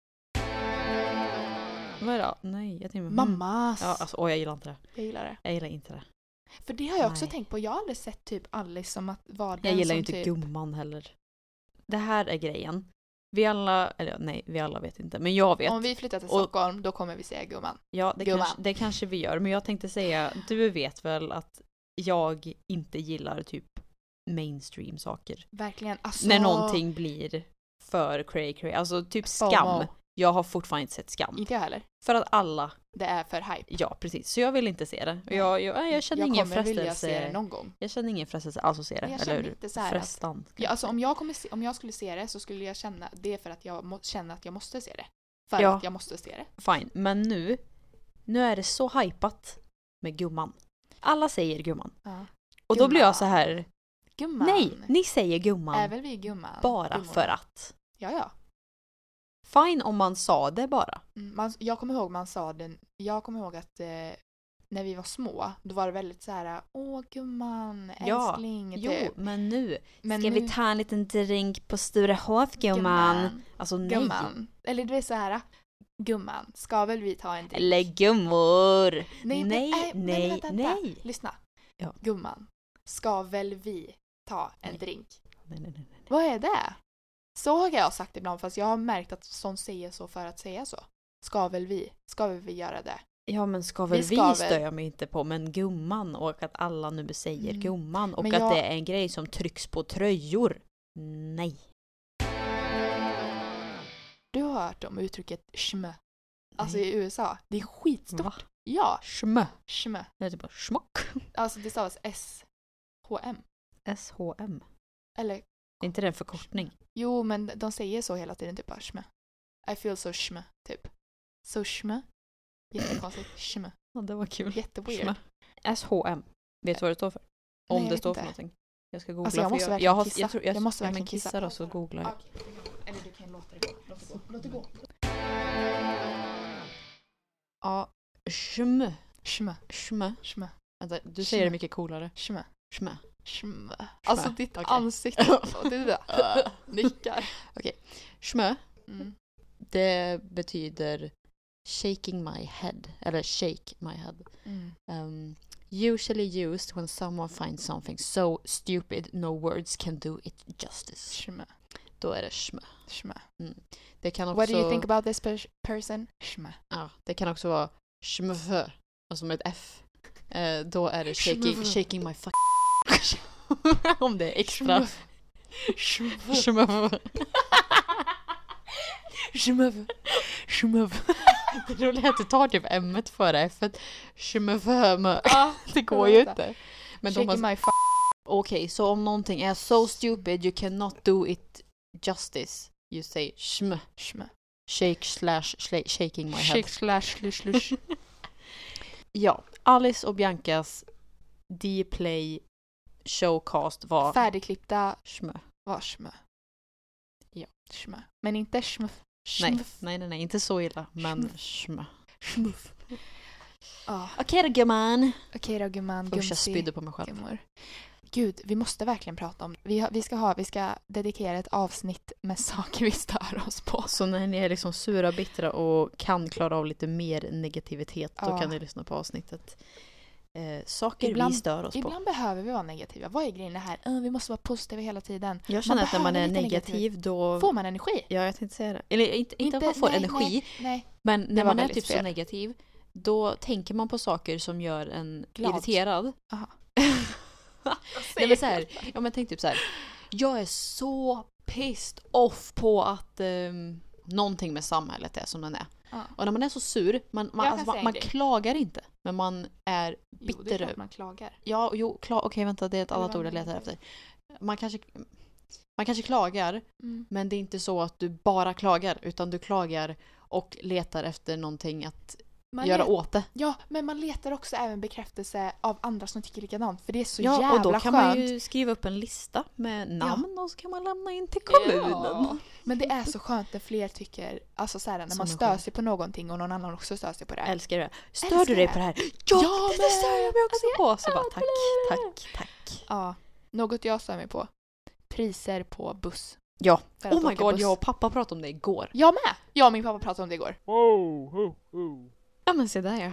Vad är det? Nej, jag tänker Mammas. Ja, alltså, jag gillar inte det. Jag gillar det. Jag gillar inte det. För det har jag också Nej. tänkt på. Jag har aldrig sett typ Alice som att vara den Jag gillar ju som inte typ... gumman heller. Det här är grejen. Vi alla vet inte, men jag vet. Om vi flyttar till Och- Stockholm, då kommer vi säga gumman. Ja, Gumman. det kanske vi gör. Men jag tänkte säga, du vet väl att jag inte gillar typ mainstream saker. Verkligen. Alltså, När någonting blir för cray. Alltså typ skam. FOMO. Jag har fortfarande inte sett Skam. Inte jag heller. För att alla... Det är för hype. Ja, precis. Så jag vill inte se det. Jag känner ingen frestelse. Vilja se det någon gång. Jag känner ingen frestelse alls att se det. Jag eller inte så här frestan. Ja, alltså om jag skulle se det så skulle jag känna det för att jag känner att jag måste se det. För att jag måste se det. Fine. Men nu är det så hypat med gumman. Alla säger gumman. Ja. Och då blir jag så här... Gumman. Nej, ni säger gumman. Är väl vi gumman? Bara för att. Ja. Fine om man sa det bara. Jag kommer ihåg man sa det. Jag kommer ihåg att när vi var små, då var det väldigt så här: åh gumman, älskling. Jo, typ. men nu. Ska vi ta en liten drink på Sturehof, gumman? Alltså nej. Gumman. Eller det är så här: gumman, ska väl vi ta en drink? Eller gummor. Nej. Nej. Lyssna. Ja. Gumman, ska väl vi ta en drink? Nej. Vad är det? Så har jag sagt ibland, fast jag har märkt att sånt säger så för att säga så. Ska väl vi göra det? Ja, men ska vi stör jag mig inte på, men gumman, och att alla nu säger gumman, och att det är en grej som trycks på tröjor. Nej. Du har hört om uttrycket schmö. Alltså i USA. Det är skitstort. Va? Ja. Schmö. Det är typ bara schmock. Alltså det stavas S-H-M. S-H-M. Eller... Är inte det en förkortning? Jo, men de säger så hela tiden, typ bara schmö. I feel so schmö, typ. So schmö. Jättekonstigt. Schmö. Ja, det var kul. Jätteweird. S-H-M. Vet du vad det står för? Om Nej, det står inte. för någonting. Jag ska googla. Alltså jag måste verkligen kissa. Jag måste verkligen kissa och så googlar jag. Okay. Eller du kan låta det gå. Låt det gå. Ja, schmö. Schmö. Vänta, du säger det mycket coolare. Schmö. Alltså ditt ansikte. Och du där. Nickar. Okej. Schmö. Det betyder shaking my head. Eller shake my head. Usually used when someone finds something so stupid no words can do it justice. Schmö. Då är det schmö. Det kan också... What do you think about this person? Schmö. Ja, det kan också vara schmöfö. Alltså med ett F. Då är det shaking my fuck. Om det är extra. Schmöfö. Det är roligt att du tar typ M-et före F-et. Schmöfö. Det går ju inte. Men shaking my fuck. Okej, så om någonting är so stupid you cannot do it justice. You say schmö. Shaking my head. Shake/slush. Ja, Alice och Biancas D-play showcast var färdigklippta schmö. Var schmö. Ja. Schmö. Men inte schmö. Nej, inte så illa, men schmö. Okej då gumman. Usch, jag spydde på mig själv. Gummor. Gud, vi måste verkligen prata om vi ska dedikera ett avsnitt med saker vi stör oss på. Så när ni är liksom sura, bittra och kan klara av lite mer negativitet, då kan ni lyssna på avsnittet. Saker vi stör oss på. Ibland behöver vi vara negativa. Vad är grejen här? Vi måste vara positiva hela tiden. Jag känner att när man är negativ då... Får man energi? Ja, jag tänkte säga det. Eller inte att man får energi. Nej. Men när man är typ så negativ, då tänker man på saker som gör en irriterad. Aha. Nej, men så här, men tänk typ så här. Jag är så pissed off på att någonting med samhället är som den är. Och när man är så sur, man klagar inte, men man är bitter. Jo, det är klart man klagar. Ja, okej, vänta, det är ett annat ord jag letar efter. Man kanske klagar, men det är inte så att du bara klagar, utan du klagar och letar efter någonting att göra åt det. Ja, men man letar också även bekräftelse av andra som tycker likadant, för det är så jävla skönt. Ja, och då kan man ju skriva upp en lista med namn och så kan man lämna in till kommunen. Ja. Men det är så skönt när fler tycker, alltså så här, när man stör sig på någonting och någon annan också stör sig på det. Älskar det. Stör du dig på det här? Ja, det stör jag mig också på. Så bara tack. Ja, något jag stör mig på. Priser på buss. Ja. Oh my god, jag och pappa pratade om det igår. Jag med. Jag och min pappa pratade om det igår. Ja, men se där, ja.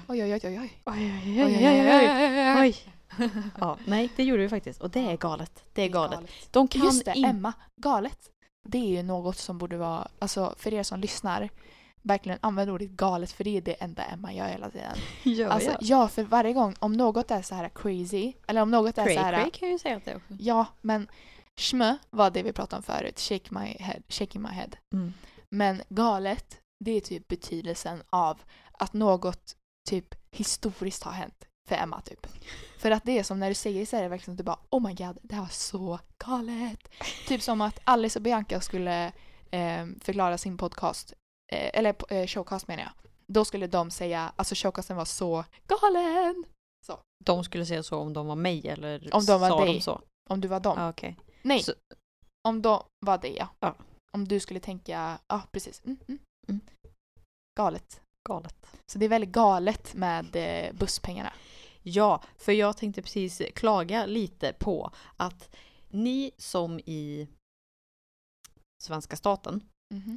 Oj. Ja, nej, det gjorde vi faktiskt. Och det är galet. Det är galet. De kan just det, Emma. Galet. Det är ju något som borde vara... Alltså, för er som lyssnar, verkligen använd ordet galet, för det är det enda Emma gör hela tiden. Ja, för varje gång, om något är så här crazy, eller om något är så här... Cray kan ju säga att det också. Ja, men schmö var det vi pratade om förut. Shaking my head. Men galet, Det är typ betydelsen av att något typ historiskt har hänt för Emma typ. För att det är som när du säger så är det verkligen att du bara oh my god, det här var så galet. Typ som att Alice och Bianca skulle förklara sin podcast eller showcast menar jag. Då skulle de säga, alltså showcasten var så galen. Så. De skulle säga så om de var mig eller om de var sa dig. De så? Om du var dem. Ah, okay. Nej, så... om de var det ja. Ja. Om du skulle tänka, ja precis. Galet. Så det är väldigt galet med busspengarna. Ja, för jag tänkte precis klaga lite på att ni som i svenska staten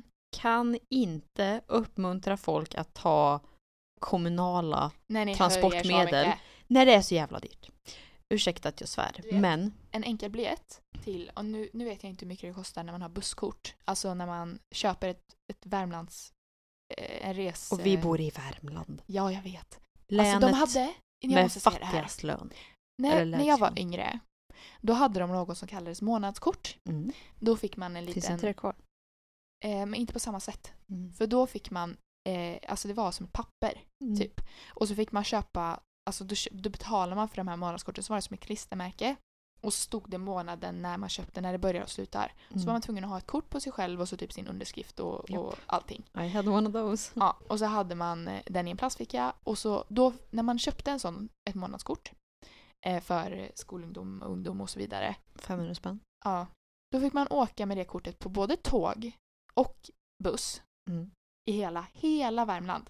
kan inte uppmuntra folk att ta kommunala transportmedel när det är så jävla dyrt. Ursäkta att jag svär, men en enkel biljett till, och nu vet jag inte hur mycket det kostar när man har busskort. Alltså när man köper ett Värmlands en res... Och vi bor i Värmland. Ja, jag vet. Länet alltså, de hade, med fattigast lön. När jag var yngre, då hade de något som kallades månadskort. Då fick man en liten... Finns inte det kvar? Men inte på samma sätt. För då fick man, alltså det var som ett papper, typ. Och så fick man köpa, alltså då betalar man för de här månadskorten, så var det som ett klistermärke. Och så stod det månaden när man köpte, när det började och slutar. Så var man tvungen att ha ett kort på sig själv och så typ sin underskrift och allting. I had one of those. Ja, och så hade man den i en plastficka. Och så då, när man köpte ett månadskort för skolungdom, ungdom och så vidare. 500 spänn. Ja, då fick man åka med det kortet på både tåg och buss i hela Värmland.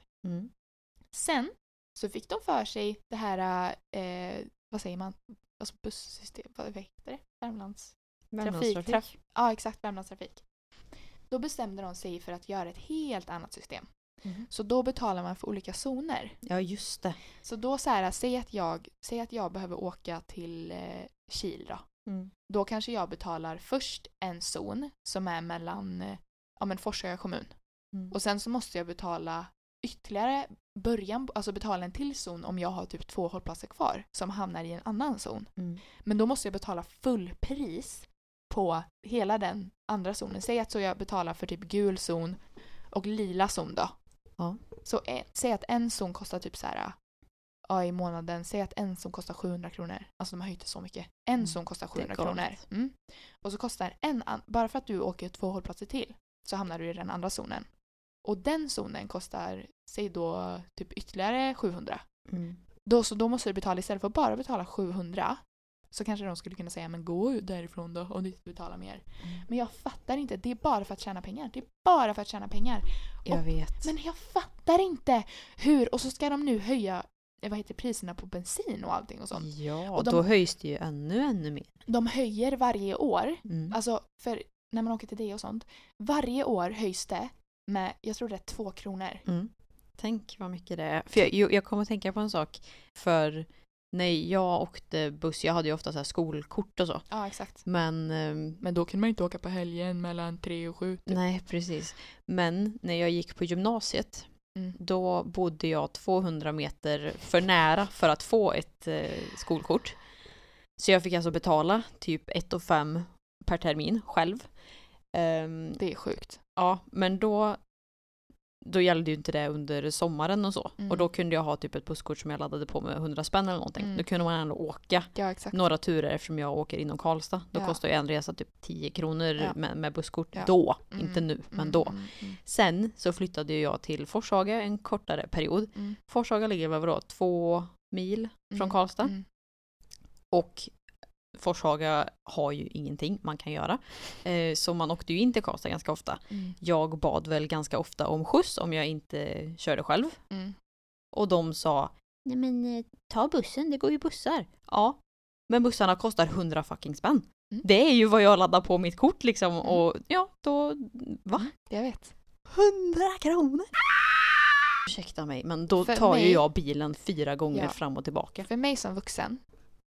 Sen så fick de för sig det här, vad säger man? Alltså bussystem, vad heter det? Värmlandstrafik. Ja, exakt, Värmlandstrafik. Då bestämde de sig för att göra ett helt annat system. Så då betalar man för olika zoner. Ja, just det. Så då så här, säg att jag behöver åka till Kil då. Då kanske jag betalar först en zon som är mellan Forshaga kommun. Och sen så måste jag betala ytterligare alltså betala en till zon om jag har typ 2 hållplatser kvar som hamnar i en annan zon. Men då måste jag betala full pris på hela den andra zonen. Säg att så jag betalar för typ gul zon och lila zon då. Ja. Så säg att en zon kostar typ så här i månaden. Säg att en zon kostar 700 kronor. Alltså de har höjt det så mycket. En zon kostar 700 kronor. Och så kostar bara för att du åker 2 hållplatser till så hamnar du i den andra zonen. Och den zonen kostar, säg då typ ytterligare 700. Då måste du betala, istället för att bara betala 700 så kanske de skulle kunna säga men gå därifrån då om du inte betalar mer. Men jag fattar inte, det är bara för att tjäna pengar. Jag vet. Men jag fattar inte hur, och så ska de nu höja priserna på bensin och allting och sånt. Ja, och då höjs det ju ännu mer. De höjer varje år. Alltså för när man åker till det och sånt. Varje år höjs det med, jag tror det är 2 kronor. Tänk vad mycket det är. För jag kommer att tänka på en sak. För när jag åkte buss, jag hade ju ofta så här skolkort och så. Ja, exakt. Men då kan man inte åka på helgen mellan 3 och 7. Typ. Nej, precis. Men när jag gick på gymnasiet, då bodde jag 200 meter för nära för att få ett skolkort. Så jag fick alltså betala typ 1 500 per termin själv. Det är sjukt. Ja, men då gällde ju inte det under sommaren och så. Och då kunde jag ha typ ett busskort som jag laddade på med 100 spänn eller någonting. Då kunde man ändå åka några turer eftersom jag åker inom Karlstad. Då kostar ju en resa typ 10 kronor med busskort då. Inte nu, men då. Sen så flyttade jag till Forshaga en kortare period. Forshaga ligger väl 2 mil från Karlstad. Och Forshaga har ju ingenting man kan göra. Så man åkte ju in till Karlstad ganska ofta. Jag bad väl ganska ofta om skjuts om jag inte körde själv. Och de sa, nej men ta bussen, det går ju bussar. Ja, men bussarna kostar 100 fucking spänn. Det är ju vad jag laddar på mitt kort liksom. Och ja, då, va? Jag vet. 100 kronor! Ursäkta mig, men då tar ju jag bilen 4 gånger fram och tillbaka. För mig som vuxen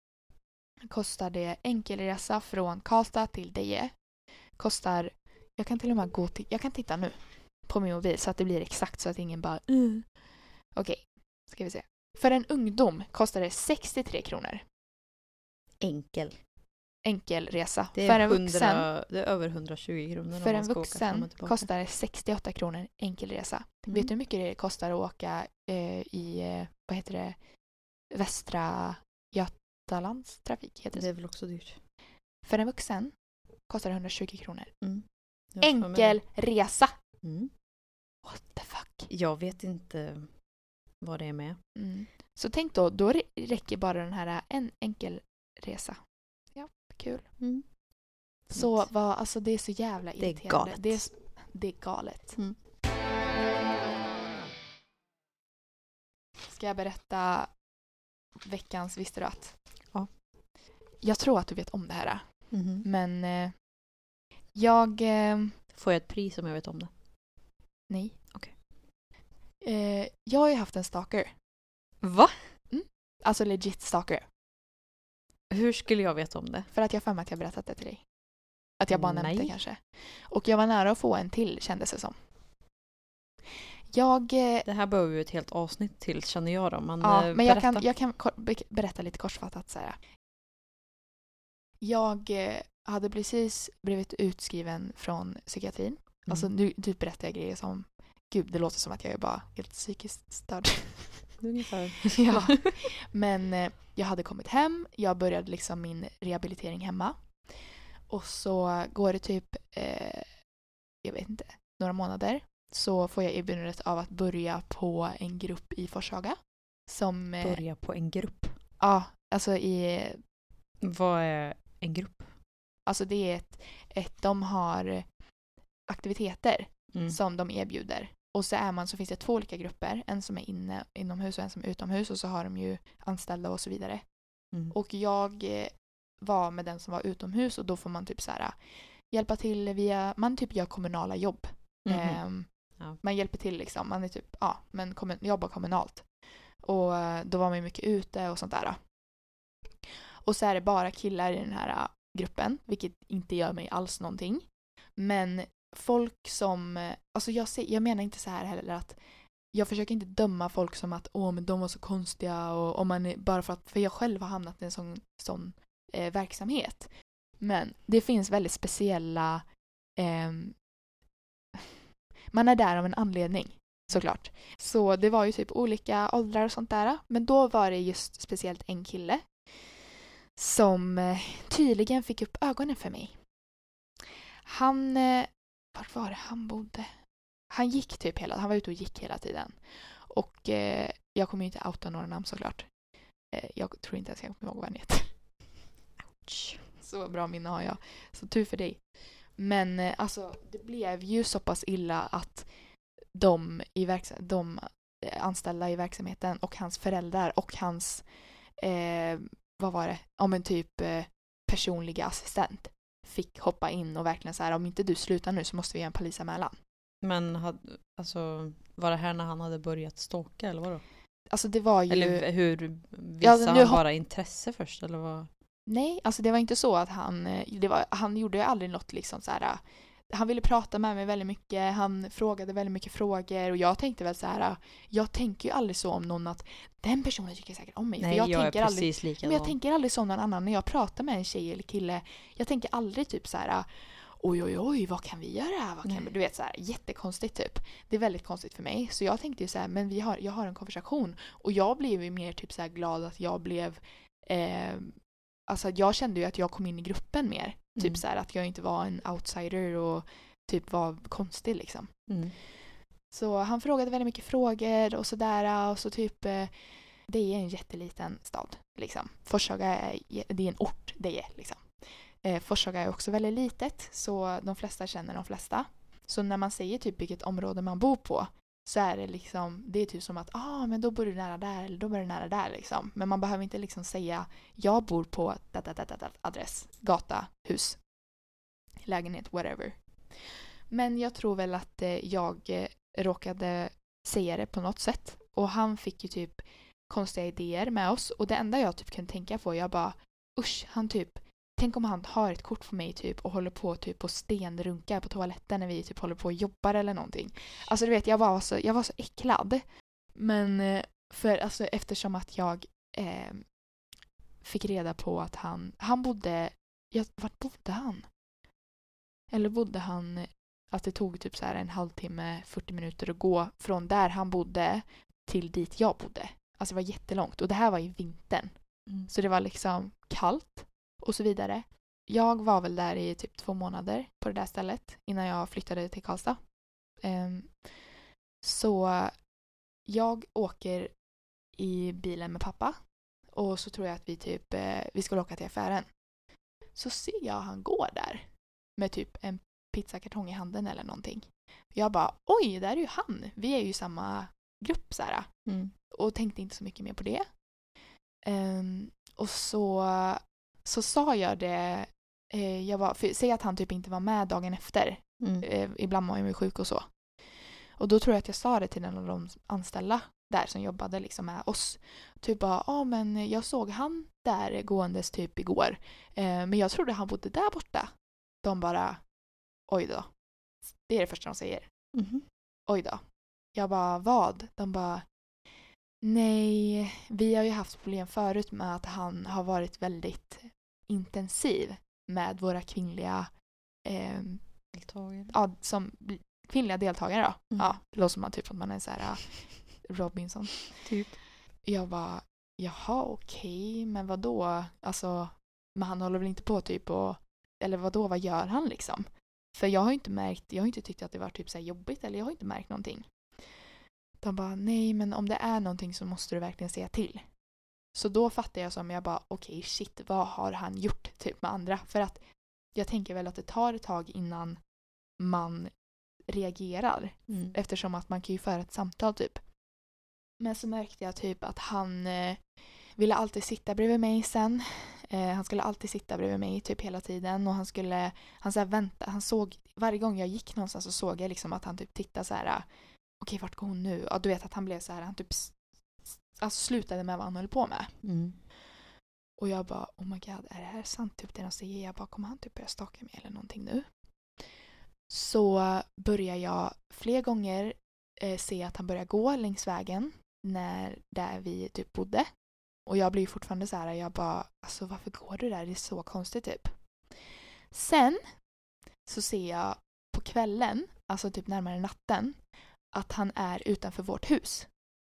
kostar det enkelresa från Karlstad till Deje. Kostar, jag kan till och med jag kan titta nu på min mobil så att det blir exakt så att ingen bara Okej, ska vi se. För en ungdom kostar det 63 kronor. Enkel. enkelresa. Det är, för en vuxen, det är över 120 kronor. för en vuxen kostar det 68 kronor enkelresa. Vet du hur mycket det kostar att åka i, vad heter det, Västra Götalandstrafik heter det? Det är väl också dyrt. För en vuxen kostar det 120 kronor. Enkelresa! What the fuck? Jag vet inte vad det är med. Så tänk då räcker bara den här en enkelresa. Ja, kul. Så alltså det är så jävla irriterande. Det är galet. Ska jag berätta veckans visste du att? Ja. Jag tror att du vet om det här. Men jag... Får jag ett pris om jag vet om det? Nej. Okej. Jag har ju haft en stalker. Va? Alltså legit stalker. Hur skulle jag veta om det? För att jag för mig att jag berättat det till dig. Att jag bara nämnde det kanske. Och jag var nära att få en till, kändes det som. Det här behöver ju ett helt avsnitt till, känner jag då. Men jag kan berätta lite kortfattat så här. Jag hade precis blivit utskriven från psykiatrin. Alltså nu berättar jag grejer som... Gud, det låter som att jag är bara helt psykiskt störd. Ungefär. Ja. Men jag hade kommit hem. Jag började liksom min rehabilitering hemma. Och så går det typ, jag vet inte, några månader. Så får jag erbjudandet av att börja på en grupp i Forshaga. Börja på en grupp? Ja, alltså i... Vad är en grupp? Alltså det är de har aktiviteter som de erbjuder. Och så finns det 2 olika grupper. En som är inomhus och en som är utomhus. Och så har de ju anställda och så vidare. Och jag var med den som var utomhus. Och då får man typ så här hjälpa till via... Man typ gör kommunala jobb. Man hjälper till liksom. Man är typ, jobbar kommunalt. Och då var man mycket ute och sånt där. Och så är det bara killar i den här gruppen. Vilket inte gör mig alls någonting. Men folk som... Alltså jag menar inte så här heller att... Jag försöker inte döma folk som att men de var så konstiga. Och om man är, bara för jag själv har hamnat i en sån verksamhet. Men det finns väldigt speciella... man är där av en anledning, såklart. Så det var ju typ olika åldrar och sånt där. Men då var det just speciellt en kille som tydligen fick upp ögonen för mig. Han... Vart var det han bodde? Han gick typ han var ute och gick hela tiden. Och jag kommer ju inte outa några namn såklart. Jag tror inte ens jag kommer ihåg vad han heter. Ouch. Så bra minne har jag. Så tur för dig. Men alltså det blev ju så pass illa att de anställda i verksamheten och hans föräldrar och hans vad var det? Men typ personliga assistent fick hoppa in och verkligen så här, om inte du slutar nu så måste vi göra en polisanmälan. Men var det här när han hade börjat stalka eller vadå? Alltså det var ju... Eller hur visade han bara intresse först eller vad? Nej, alltså det var inte så att han gjorde ju aldrig något liksom så här. Han ville prata med mig väldigt mycket. Han frågade väldigt mycket frågor och jag tänkte väl så här. Jag tänker ju aldrig så om någon att den personen tycker säkert om mig. Nej, för jag är precis likadan. Men jag tänker aldrig som någon annan när jag pratar med en tjej eller kille. Jag tänker aldrig typ så här. Oj, vad kan vi göra? Du vet så här, jättekonstigt typ. Det är väldigt konstigt för mig. Så jag tänkte ju så här, men jag har en konversation. Och jag blev ju mer typ så här glad att jag blev... Alltså jag kände ju att jag kom in i gruppen mer. Typ så här att jag inte var en outsider och typ var konstig liksom. Så han frågade väldigt mycket frågor och sådär. Och så typ, det är en jätteliten stad liksom. Forshaga det är en ort det är liksom. Forshaga är också väldigt litet så de flesta känner de flesta. Så när man säger typ vilket område man bor på så är det liksom, det är typ som att men då bor du nära där eller då bor du nära där liksom. Men man behöver inte liksom säga jag bor på adress, gata, hus, lägenhet, whatever. Men jag tror väl att jag råkade säga det på något sätt. Och han fick ju typ konstiga idéer med oss. Och det enda jag typ kunde tänka på, jag bara, usch, han typ, tänk om han har ett kort för mig typ och håller på typ och stenrunkar på toaletten när vi typ håller på och jobbar eller någonting. Alltså du vet, jag var så äcklad. Men för alltså eftersom att jag fick reda på att han bodde vart bodde han? Eller bodde han att det tog typ så här en halvtimme, 40 minuter att gå från där han bodde till dit jag bodde. Alltså det var jättelångt och det här var i vintern. Så det var liksom kallt och så vidare. Jag var väl där i typ 2 månader på det där stället innan jag flyttade till Karlstad. Så jag åker i bilen med pappa och så tror jag att vi skulle åka till affären. Så ser jag han går där med typ en pizzakartong i handen eller någonting. Jag bara, oj, där är ju han. Vi är ju i samma grupp så här. Och tänkte inte så mycket mer på det. Och så sa jag det. Säg att han typ inte var med dagen efter. Ibland var han ju sjuk och så. Och då tror jag att jag sa det till en av de anställda där som jobbade liksom med oss. Typ bara, men jag såg han där gåendes typ igår. Men jag trodde han bodde där borta. De bara, oj då. Det är det första de säger. Oj då. Jag bara, vad? De bara, nej, vi har ju haft problem förut med att han har varit väldigt intensiv med våra kvinnliga deltagare. Ja, som kvinnliga deltagare då. Ja, det låter som att man är så här Robinson. Typ. Jag bara, jaha, okej, men vadå? Alltså, men han håller väl inte på typ eller vadå, vad gör han liksom? För jag har inte tyckt att det var typ så här jobbigt, eller jag har inte märkt någonting. De bara, nej, men om det är någonting så måste du verkligen säga till. Så då fattar jag bara, okej, shit, vad har han gjort typ med andra? För att jag tänker väl att det tar ett tag innan man reagerar. Eftersom att man kan ju föra ett samtal typ. Men så märkte jag typ att han ville alltid sitta bredvid mig sen. Han skulle alltid sitta bredvid mig typ hela tiden. Och han så här vänta. Han såg, varje gång jag gick någonstans så såg jag liksom att han typ tittade så här. Okej, vart går hon nu? Ja, du vet att han blev så här, han typ slutade med vad han höll på med. Och jag bara, oh my god, är det här sant typ det de säger? Jag bara, kommer han typ börja staka mig eller någonting nu? Så börjar jag fler gånger se att han börjar gå längs vägen där vi typ bodde. Och jag blir fortfarande så här, jag bara, alltså varför går du där? Det är så konstigt typ. Sen så ser jag på kvällen, alltså typ närmare natten, att han är utanför vårt hus.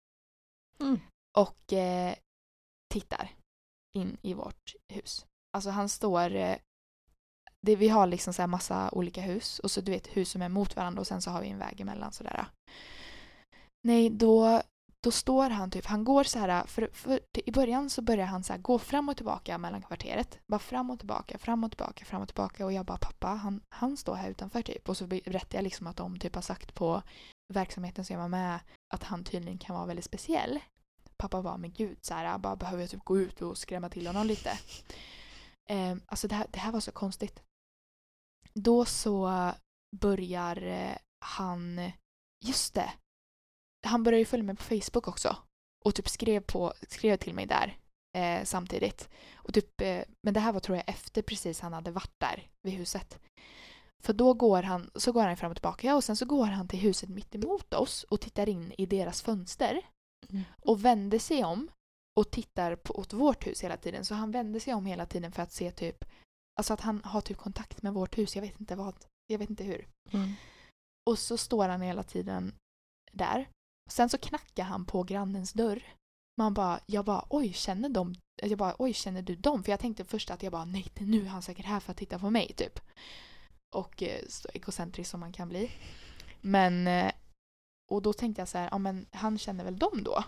Och tittar in i vårt hus. Alltså han står... vi har liksom så här massa olika hus. Och så du vet hus som är mot varandra. Och sen så har vi en väg emellan sådär. Nej, då står han typ... Han går så här... För i början så börjar han så här gå fram och tillbaka mellan kvarteret. Bara fram och tillbaka, fram och tillbaka, fram och tillbaka. Och jag bara, pappa, han står här utanför typ. Och så berättar jag liksom att de typ har sagt på verksamheten som jag var med att han tydligen kan vara väldigt speciell. Pappa bara, men gud, så här, bara behöver jag typ gå ut och skrämma till honom lite. Alltså det här var så konstigt. Då så börjar han, just det, han började ju följa mig på Facebook också. Och typ skrev till mig där samtidigt. Och typ, men det här var tror jag efter precis han hade varit där vid huset. För då går han fram och tillbaka och sen så går han till huset mitt emot oss och tittar in i deras fönster. Och vänder sig om och tittar åt vårt hus hela tiden. Så han vänder sig om hela tiden för att se typ, alltså att han har typ kontakt med vårt hus. Jag vet inte hur. Och så står han hela tiden där. Sen så knackar han på grannens dörr. Jag bara, oj, känner du dem? För jag tänkte först att nej, nu är han säkert här för att titta på mig typ. Och så egocentrisk som man kan bli. Men och då tänkte jag så här, ja men han känner väl dem då.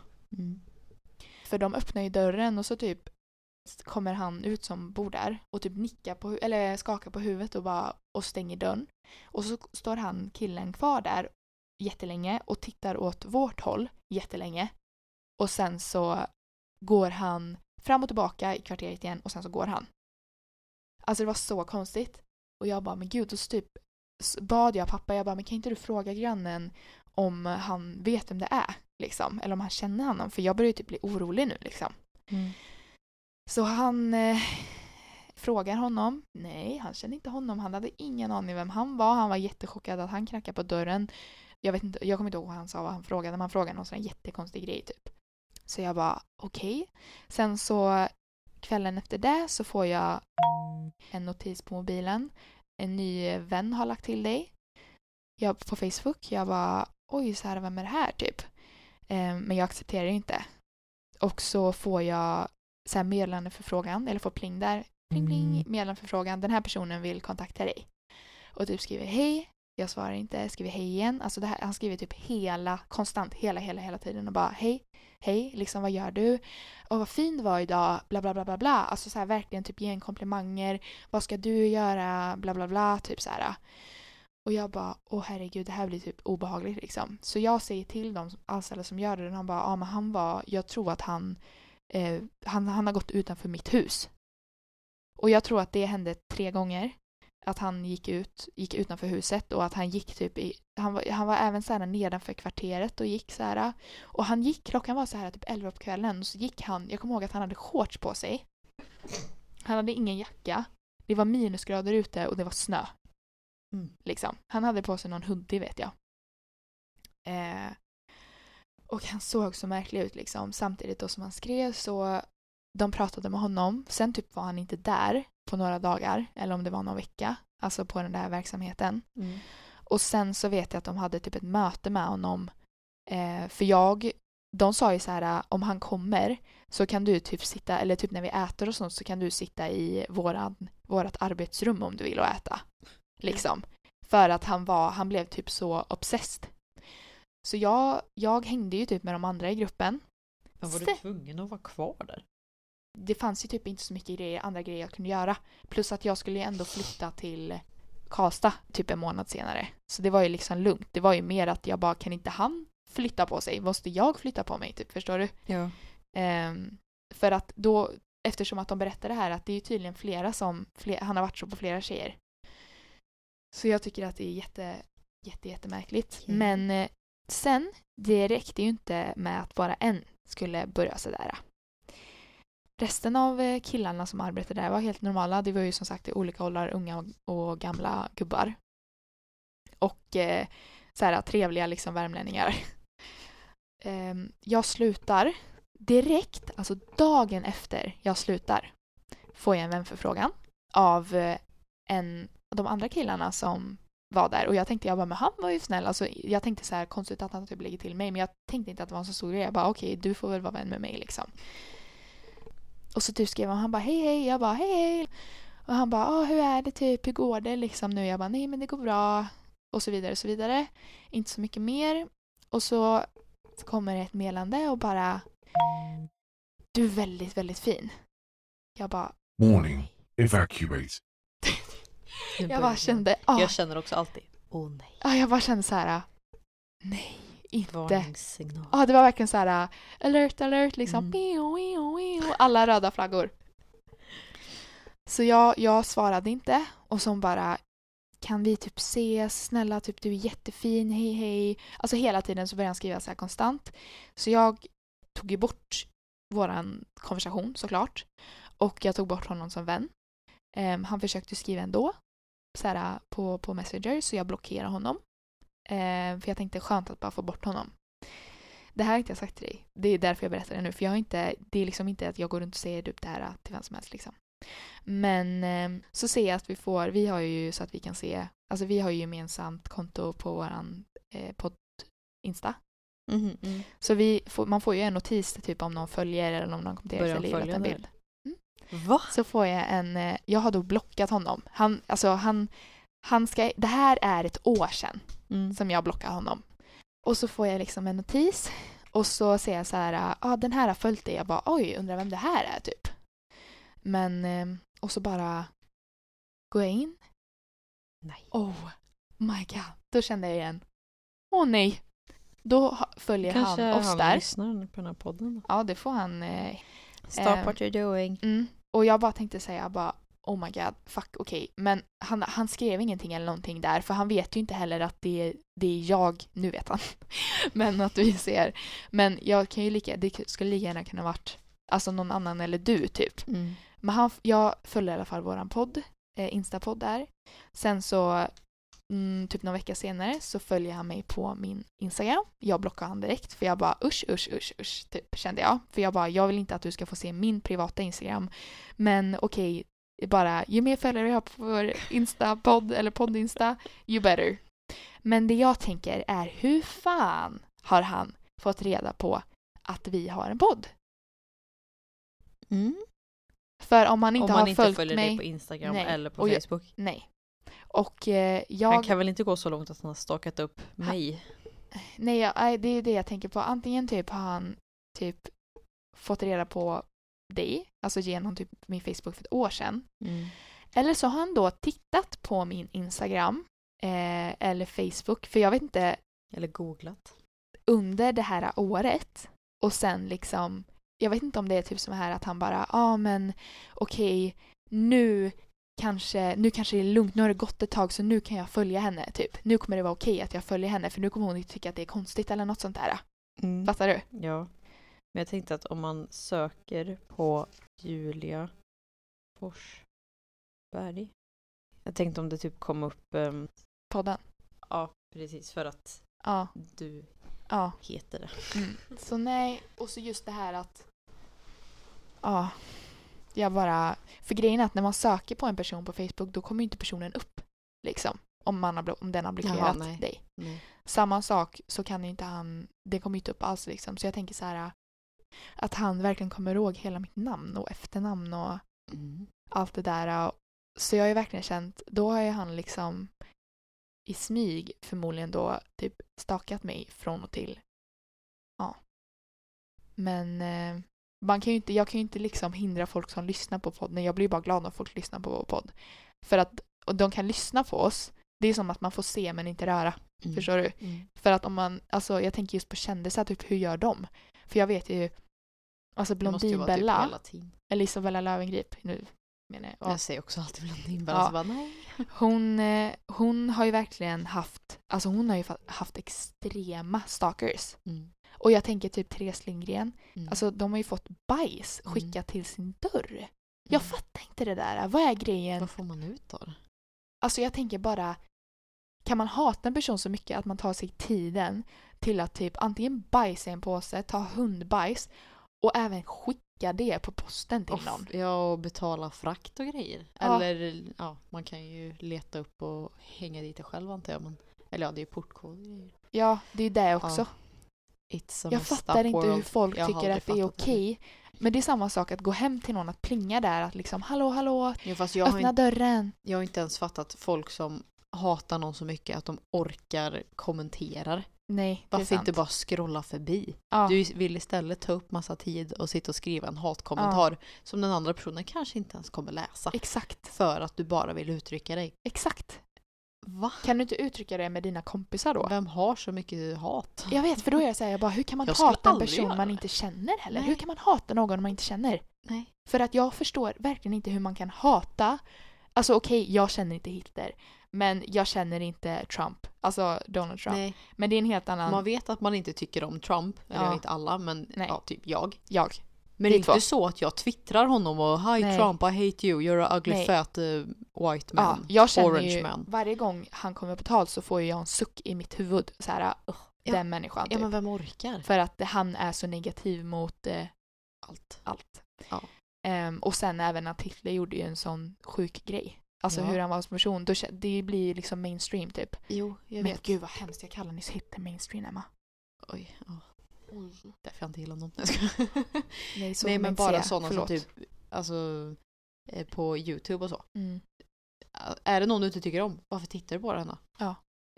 För de öppnar ju dörren och så typ kommer han ut som bor där och typ eller skakar på huvudet och stänger dörren. Och så står killen kvar där jättelänge och tittar åt vårt håll jättelänge. Och sen så går han fram och tillbaka i kvarteret igen och sen så går han. Alltså det var så konstigt. Och jag bara, men gud, och så typ bad jag pappa, men kan inte du fråga grannen om han vet vem det är, liksom. Eller om han känner honom. För jag börjar ju typ bli orolig nu, liksom. Så han frågar honom. Nej, han kände inte honom. Han hade ingen aning vem han var. Han var jättechockad att han knackade på dörren. Jag kommer inte ihåg vad han sa, vad han frågade. Men han frågade någon sån här jättekonstig grej, typ. Så jag bara, okej. Sen så kvällen efter det så får jag en notis på mobilen. En ny vän har lagt till dig. Jag på Facebook, jag bara, oj, så här, vem är det här typ? Men jag accepterar inte. Och så får jag så här meddelandeförfrågan, eller får pling där. Pling, pling, meddelandeförfrågan. Den här personen vill kontakta dig. Och typ skriver hej. Jag svarar inte, skriver hej igen. Alltså det här, han skriver typ konstant, hela tiden och bara hej, liksom vad gör du? Och vad fin det var idag, bla bla bla bla bla. Alltså så här verkligen typ ge en komplimanger. Vad ska du göra, bla bla bla, typ så här. Och jag bara, herregud, det här blir typ obehagligt liksom. Så jag säger till de anställda som gör det, och han bara, men jag tror att han har gått utanför mitt hus. Och jag tror att det hände 3 gånger. Att han gick utanför huset och att han gick typ han var även så här nedanför kvarteret och gick så här. Och klockan var så här typ 11 på kvällen, och så gick han, jag kommer ihåg att han hade shorts på sig. Han hade ingen jacka. Det var minusgrader ute och det var snö. Liksom. Han hade på sig någon hoodie, vet jag. Och han såg så märklig ut liksom. Samtidigt då som han skrev så de pratade med honom. Sen typ var han inte där på några dagar. Eller om det var någon vecka. Alltså på den där verksamheten. Och sen så vet jag att de hade typ ett möte med honom. För de sa ju så här, om han kommer så kan du typ sitta, eller typ när vi äter och sånt så kan du sitta i vårat arbetsrum om du vill och äta. Liksom. För att han blev typ så obsessed. Så jag hängde ju typ med de andra i gruppen. Men var du tvungen att vara kvar där? Det fanns ju typ inte så mycket andra grejer jag kunde göra. Plus att jag skulle ju ändå flytta till Karlstad typ en månad senare. Så det var ju liksom lugnt. Det var ju mer att jag bara, kan inte han flytta på sig? Måste jag flytta på mig typ, förstår du? Ja. För att då, eftersom att de berättade här att det är ju tydligen han har varit så på flera tjejer. Så jag tycker att det är jättemärkligt. Okay. Men sen, det räckte ju inte med att bara en skulle börja sådär. Resten av killarna som arbetade där var helt normala. Det var ju som sagt i olika åldrar, unga och gamla gubbar. Och såhär trevliga liksom värmlänningar. Jag slutar direkt, alltså dagen efter jag slutar, får jag en vänförfrågan av de andra killarna som var där. Och jag tänkte, men han var ju snäll. Alltså, jag tänkte så här, konstigt att han typ lägger till mig. Men jag tänkte inte att det var en så stor grej. Jag bara, okej, du får väl vara vän med mig liksom. Och så typ skrev han bara, hej. Jag bara, hej. Och han bara, hur är det typ? Hur går det liksom nu? Jag bara, nej men det går bra. Och så vidare, så vidare. Inte så mycket mer. Och så kommer ett meddelande och bara, du är väldigt, väldigt fin. Jag bara, morning, evacuate. Jag bara kände, jag känner också alltid, nej. Jag bara kände så här, nej, inte. Varningssignal. Det var verkligen så här, alert, liksom. Alla röda flaggor. Så jag svarade inte. Och så bara, kan vi typ ses? Snälla, typ du är jättefin, hej. Alltså hela tiden så började han skriva så här konstant. Så jag tog ju bort våran konversation såklart. Och jag tog bort honom som vän. Han försökte skriva ändå. Så här, på Messenger, så jag blockerade honom. För jag tänkte skönt att bara få bort honom. Det här har inte jag sagt till dig. Det är därför jag berättar det nu. För det är liksom inte att jag går runt och säger upp det här till vem som helst liksom. Men så ser jag att vi har ju så att vi kan se, alltså vi har ju gemensamt konto på våran podd Insta. Så man får ju en notis typ om någon följer eller om någon kommenterar eller gillat en bild. Va? Så får jag jag har då blockat honom. Han ska, det här är ett år sedan som jag blockade honom. Och så får jag liksom en notis och så ser jag så här, den här har följt dig. Jag bara, oj, undrar vem det här är typ. Men, och så bara går jag in. Nej. Oh my god. Då kände jag igen. Nej. Då följer kanske han oss han där. Lyssnar på den här podden. Ja, det får han. Stop what you're doing. Och jag bara tänkte säga, oh my god, fuck, okej. Men han skrev ingenting eller någonting där. För han vet ju inte heller att det är jag, nu vet han. Men att vi ser. Men jag kan ju det skulle lika gärna kunna varit alltså någon annan eller du typ. Men jag följer i alla fall våran podd, Insta-podd där. Sen så typ några veckor senare så följer han mig på min Instagram. Jag blockar han direkt för jag bara usch typ kände jag. För jag bara, jag vill inte att du ska få se min privata Instagram. Men okej, bara ju mer följare jag har på vår Insta-podd eller podd-Insta, you better. Men det jag tänker är, hur fan har han fått reda på att vi har en podd? För om han inte har följt följer mig dig på Instagram eller på Facebook. Nej. Och han kan väl inte gå så långt att han har stakat upp mig? Nej, det är det jag tänker på. Antingen typ har han typ fått reda på dig, alltså genom typ min Facebook för ett år sedan. Eller så har han då tittat på min Instagram eller Facebook, för jag vet inte. Eller googlat. Under det här året. Och sen liksom, jag vet inte om det är typ som här att han bara, men okej, nu kanske det är lugnt, nu har det gått ett tag så nu kan jag följa henne typ. Nu kommer det vara okej att jag följer henne för nu kommer hon inte tycka att det är konstigt eller något sånt där. Fattar du? Ja. Men jag tänkte att om man söker på Julia Forsberg. Jag tänkte om det typ kom upp podden. Ja, precis, för att du heter det. Så nej, och så just det här att jag bara, för grejen är att när man söker på en person på Facebook då kommer ju inte personen upp liksom, om den har blockerat dig. Samma sak så kan inte det kommer inte upp alls liksom. Så jag tänker så här att han verkligen kommer ihåg hela mitt namn och efternamn och allt det där. Så jag har ju verkligen känt, då har ju han liksom i smyg förmodligen då typ stakat mig från och till. Ja. Men jag kan ju inte liksom hindra folk som lyssnar på podden. Jag blir bara glad när folk lyssnar på vår podd. För att och de kan lyssna på oss. Det är som att man får se men inte röra. Förstår du? För att om man, alltså jag tänker just på kändisar, typ hur gör de? För jag vet ju, alltså Blondinbella typ eller Isabella Löwengrip nu menar jag. Jag säger också alltid Blondinbella så bara nej. Hon har ju verkligen haft, alltså hon har ju haft extrema stalkers. Och jag tänker typ Therese Lindgren, alltså de har ju fått bajs skickat till sin dörr. Jag fattar inte det där. Vad är grejen? Vad får man ut då? Alltså jag tänker bara, kan man hata en person så mycket att man tar sig tiden till att typ antingen bajsa i en påse, ta hundbajs och även skicka det på posten till någon? Ja, och betala frakt och grejer. Eller man kan ju leta upp och hänga dit det själv antar jag. Eller det är portkod. Ja, det är det också. Jag fattar inte hur folk tycker att det är okej. Men det är samma sak att gå hem till någon, att plinga där, att liksom hallå, öppna dörren. Jag har inte ens fattat folk som hatar någon så mycket att de orkar kommenterar. Nej, varför inte bara scrolla förbi? Du vill istället ta upp massa tid och sitta och skriva en hatkommentar som den andra personen kanske inte ens kommer läsa. Exakt. För att du bara vill uttrycka dig. Exakt. Va? Kan du inte uttrycka det med dina kompisar då? Vem har så mycket hat? Jag vet, för då är jag säger bara, hur kan man hata en person man inte känner heller? Nej. Hur kan man hata någon man inte känner? Nej. För att jag förstår verkligen inte hur man kan hata. Alltså okej, jag känner inte Hitler. Men jag känner inte Trump. Alltså Donald Trump. Nej. Men det är en helt annan... Man vet att man inte tycker om Trump. Eller inte alla, men typ jag. Men det är inte så att jag twittrar honom och hi Trump, I hate you, you're a ugly fat white man, jag känner orange ju, man. Varje gång han kommer på tal så får jag en suck i mitt huvud. Så här, den människan. Ja, men vem orkar? För att han är så negativ mot allt. Ja. Och sen även att Hitler gjorde ju en sån sjuk grej. Alltså hur han var som person. Det blir ju liksom mainstream typ. Jo, jag vet. Men gud vad hemskt, jag kallar nyss Hitler mainstream, Emma. Oj, därför jag inte gillar någon. Nej, men bara sådana som typ alltså, på YouTube och så. Är det någon du inte tycker om? Varför tittar du på den då? Ja.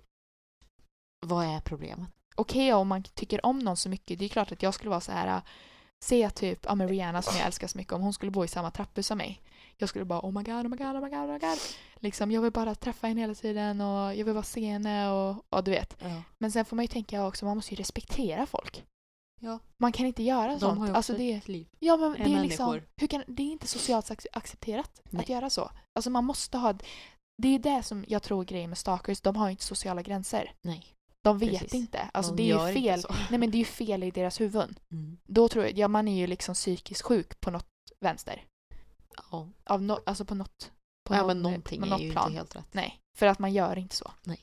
Vad är problemet? Okej, om man tycker om någon så mycket, det är klart att jag skulle vara så här, se typ Rihanna som jag älskar så mycket, om hon skulle bo i samma trapphus som mig. Jag skulle bara, oh my god. Liksom, jag vill bara träffa henne hela tiden och jag vill bara se henne och du vet. Ja. Men sen får man ju tänka också, man måste ju respektera folk. Ja. Man kan inte göra sånt. Har ju alltså det ett liv. Ja, men det är liksom, det är inte socialt accepterat att göra så. Alltså man måste ha, det är det som jag tror grejen med stalkers, de har ju inte sociala gränser. Nej. De vet inte. Alltså det är ju fel. Nej, men det är ju fel i deras huvuden. Då tror jag, man är ju liksom psykiskt sjuk på något vänster. Ja. Alltså på något men någonting på är något ju plan. inte helt rätt. Nej. För att man gör inte så. Nej.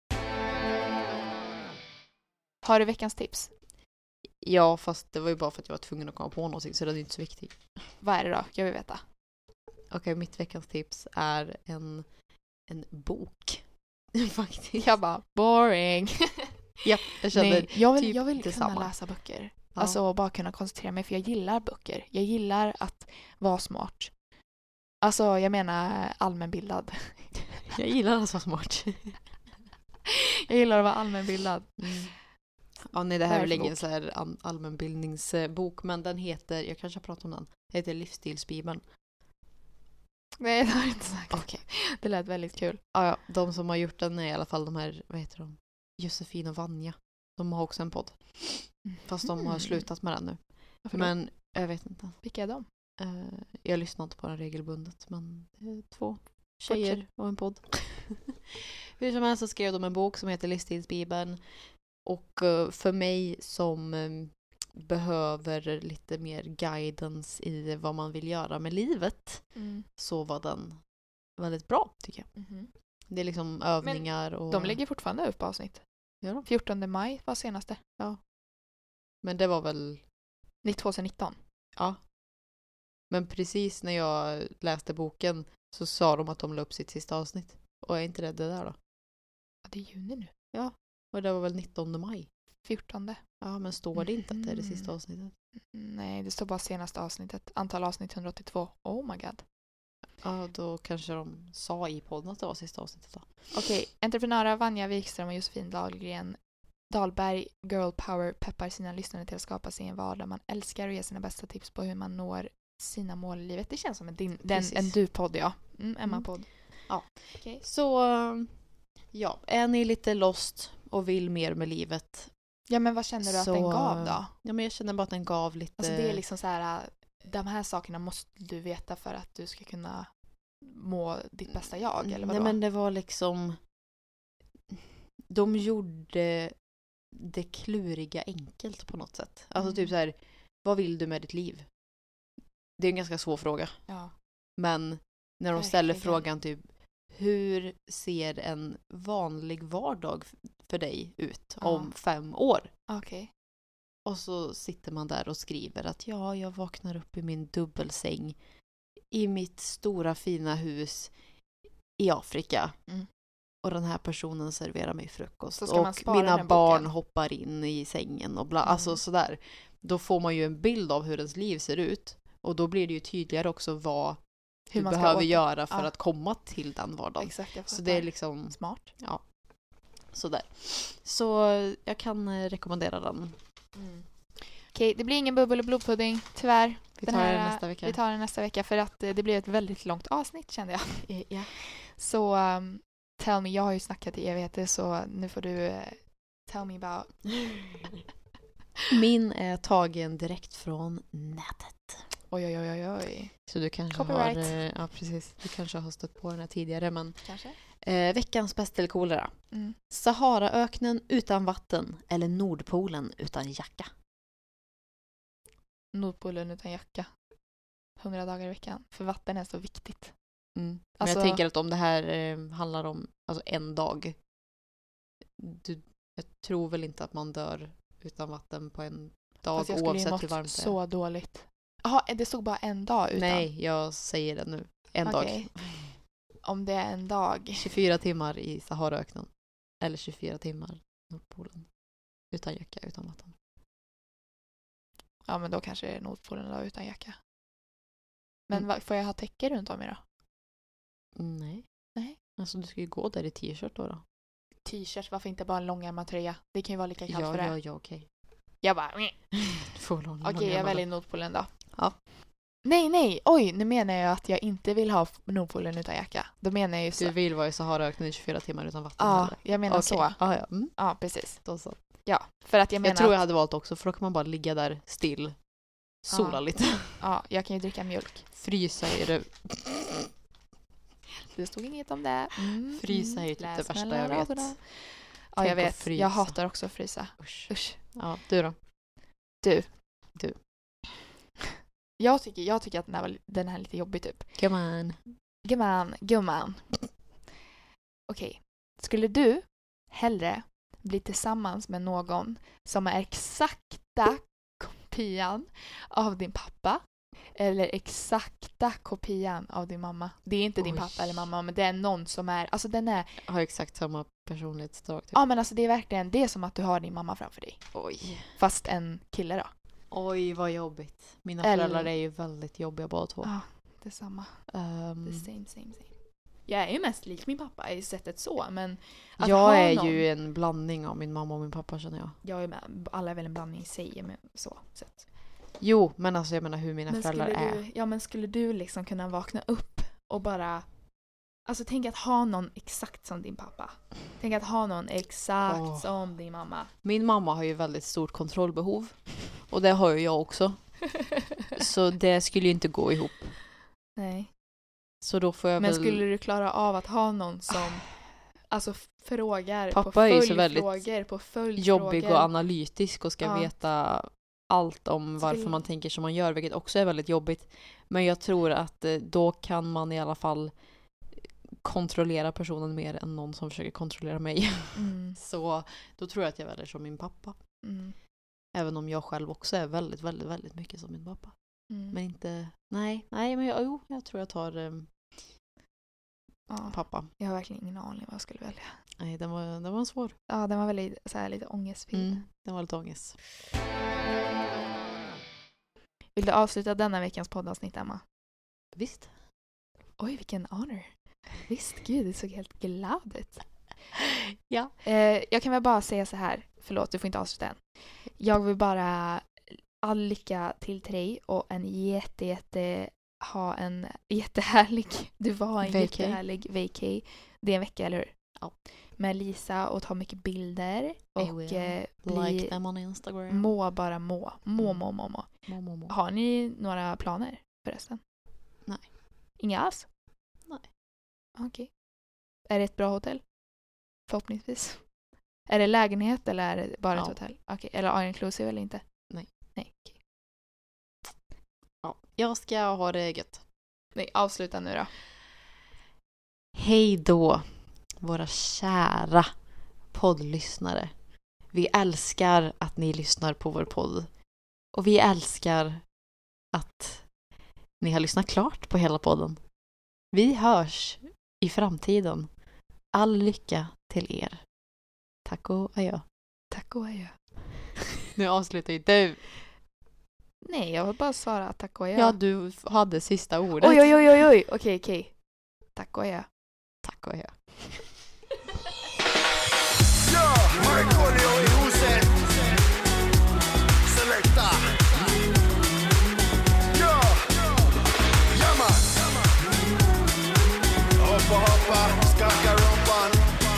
Har du veckans tips? Ja, fast det var ju bara för att jag var tvungen att komma på någonting, så det är inte så viktigt. Vad är det då? Jag vill veta. Okej, mitt veckans tips är en bok. Faktiskt. Jag bara, boring. Ja, jag känner Nej, jag vill detsamma. kunna läsa böcker. Ja. Alltså bara kunna koncentrera mig, för jag gillar böcker. Jag gillar att vara smart. Alltså jag menar allmänbildad. Jag gillar att vara smart. Jag gillar att vara allmänbildad. Ja, nej, det här är väl Varför ingen så här allmänbildningsbok, men den heter, jag kanske har pratat om den, det heter Livsstilsbibeln. Nej, det har jag inte sagt. Okej. Det lät väldigt kul. Ja, de som har gjort den är i alla fall de här, vad heter de? Josefin och Vanja. De har också en podd. Fast de har slutat med den nu. Varför Men jag vet inte. Vilka är de? Jag lyssnar inte på den regelbundet, men det är 2 tjejer och en podd. Hur som helst så skrev de en bok som heter Livsstilsbibeln. Och för mig som behöver lite mer guidance i vad man vill göra med livet, så var den väldigt bra, tycker jag. Det är liksom övningar. Och De lägger fortfarande upp avsnitt. Ja. 14 maj var senaste. Ja. Men det var väl 2019. Ja. Men precis när jag läste boken så sa de att de la upp sitt sista avsnitt. Och är inte det där då? Ja, det är juni nu. Ja. Och det var väl 19 maj. 14. Ja, men står det inte att det är det sista avsnittet? Nej, det står bara senaste avsnittet. Antal avsnitt 182. Oh my god. Ja, då kanske de sa i podden att det var sista avsnittet då. Okej, entreprenörer Vanja Wikström och Josefin Dahlberg Girl Power peppar sina lyssnare till att skapa sig en vardag man älskar och ger sina bästa tips på hur man når sina mål i livet. Det känns som en du-podd, ja. Emma-podd. Ja. Okay. Så, ja. Är ni lite lost och vill mer med livet? Ja, men vad känner du att den gav då? Ja, men jag känner bara att den gav lite... Alltså det är liksom så här, de här sakerna måste du veta för att du ska kunna må ditt bästa jag, eller vadå? Nej, men det var liksom... De gjorde det kluriga enkelt på något sätt. Alltså typ så här, vad vill du med ditt liv? Det är en ganska svår fråga. Ja. Men när de ställer frågan typ, hur ser en vanlig vardag för dig ut om 5 år? Okej. Och så sitter man där och skriver att ja, jag vaknar upp i min dubbelsäng i mitt stora fina hus i Afrika. Och den här personen serverar mig frukost. Och mina barn hoppar in i sängen och bla. Alltså sådär. Då får man ju en bild av hur ens liv ser ut. Och då blir det ju tydligare också vad du behöver göra för att komma till den vardagen. Exakt, så det är liksom... Smart. Ja. Sådär. Så jag kan rekommendera den. Okej, det blir ingen bubbel och blodpudding, tyvärr. Vi tar det nästa vecka. Vi tar det nästa vecka för att det blir ett väldigt långt avsnitt, kände jag. Ja. Så tell me, jag har ju snackat i evigheter, så nu får du tell me about. Min är tagen direkt från nätet. Oj. Så du kanske Copyright. har... Ja, precis. Du kanske har stött på den här tidigare, men... Kanske? Veckans pest eller kolera. Saharaöknen utan vatten eller Nordpolen utan jacka? Nordpolen utan jacka. 100 dagar i veckan. För vatten är så viktigt. Men Alltså, jag tänker att om det här handlar om en dag. Jag tror väl inte att man dör utan vatten på en dag, oavsett hur varmt det är. Så dåligt. Jaha, det stod bara en dag utan? Nej, jag säger det nu. En dag. Om det är en dag. 24 timmar i Saharaöknen. Eller 24 timmar Nordpolen. Utan jacka, utan vatten. Ja, men då kanske det är Nordpolen då, utan jacka. Men får jag ha täcke runt om mig då? Nej. Nej. Alltså du ska ju gå där i t-shirt då. T-shirt, varför inte bara en långärmad tröja? Det kan ju vara lika kallt för det. Ja, okej. Jag bara... Okej, jag väljer Nordpolen då. Ja. Nej. Oj, nu menar jag att jag inte vill ha Nordpolen utan jacka. Då menar jag ju så. Du vill vara i Saharaöknen i 24 timmar utan vatten? Ja, jag menar så. Ja. Ja, precis. Då så. Ja, för att jag menar... Jag tror jag hade valt också, för då kan man bara ligga där still. Sola lite. Ja, jag kan ju dricka mjölk. Frysa är det. Det stod inget om det. Frysa är ju typ det värsta jag vet. Ja, jag vet. Jag hatar också att frysa. Usch. Ja, du då? Du. Jag tycker att den här är lite jobbig typ. Gumman. Okej. Skulle du hellre bli tillsammans med någon som är exakta kopian av din pappa eller exakta kopian av din mamma? Det är inte din pappa eller mamma, men det är någon som är, alltså den är har exakt samma personlighetsdrag typ. Ja, men alltså det är verkligen, det är som att du har din mamma framför dig. Oj. Fast en kille då. Oj, vad jobbigt. Mina föräldrar är ju väldigt jobbiga båda två. Ja, det är samma. The same. Jag är ju mest lik min pappa i sättet så, men att jag är ju en blandning av min mamma och min pappa, känner jag. Jag är med, alla är väl en blandning i sig, men så sätt. Jo, men alltså jag menar hur mina föräldrar är. Ja, men skulle du liksom kunna vakna upp och bara, alltså tänk att ha någon exakt som din pappa. Tänk att ha någon exakt som din mamma. Min mamma har ju väldigt stort kontrollbehov. Och det har ju jag också. Så det skulle ju inte gå ihop. Nej. Så då får jag men skulle du klara av att ha någon som alltså frågar pappa på är ju så väldigt på följdfrågor. Jobbig och analytisk och ska veta allt om varför man tänker som man gör, vilket också är väldigt jobbigt. Men jag tror att då kan man i alla fall kontrollera personen mer än någon som försöker kontrollera mig. Så då tror jag att jag väljer som min pappa. Även om jag själv också är väldigt, väldigt, väldigt mycket som min pappa. Men inte, nej men jag tror jag tar pappa. Jag har verkligen ingen aning vad jag skulle välja. Nej, den var svår. Ja, den var väldigt så här, lite ångestfylld. Den var lite ångest. Vill du avsluta denna veckans poddavsnitt, Emma? Visst. Oj, vilken honor. Visst, gud, det såg helt glad ut. Ja. Jag kan väl bara säga så här. Förlåt, du får inte avsluta än. Jag vill bara all lycka till dig och en jättehärlig, du var en jättehärlig vacay. Det är en vecka, eller hur? Ja. Med Lisa och ta mycket bilder och like them on Instagram. Må. Har ni några planer förresten? Nej. Inga alls? Nej. Okej. Är det ett bra hotell? Förhoppningsvis. Är det lägenhet eller är det bara ett hotell? Okej. Eller all inclusive eller inte? Nej. Okay. Ja, jag ska ha det gött. Nej, avsluta nu då. Hej då, våra kära poddlyssnare. Vi älskar att ni lyssnar på vår podd. Och vi älskar att ni har lyssnat klart på hela podden. Vi hörs i framtiden. All lycka till er. Tack och adjö. Tack och adjö. Nu avslutar ju du. Nej, jag vill bara svara tack och adjö. Ja, du hade sista ordet. Oj. Okej. Tack och adjö. Tack och adjö. Markoolio i huset. Selecta. Ja man. Hoppa, skaka rumpan.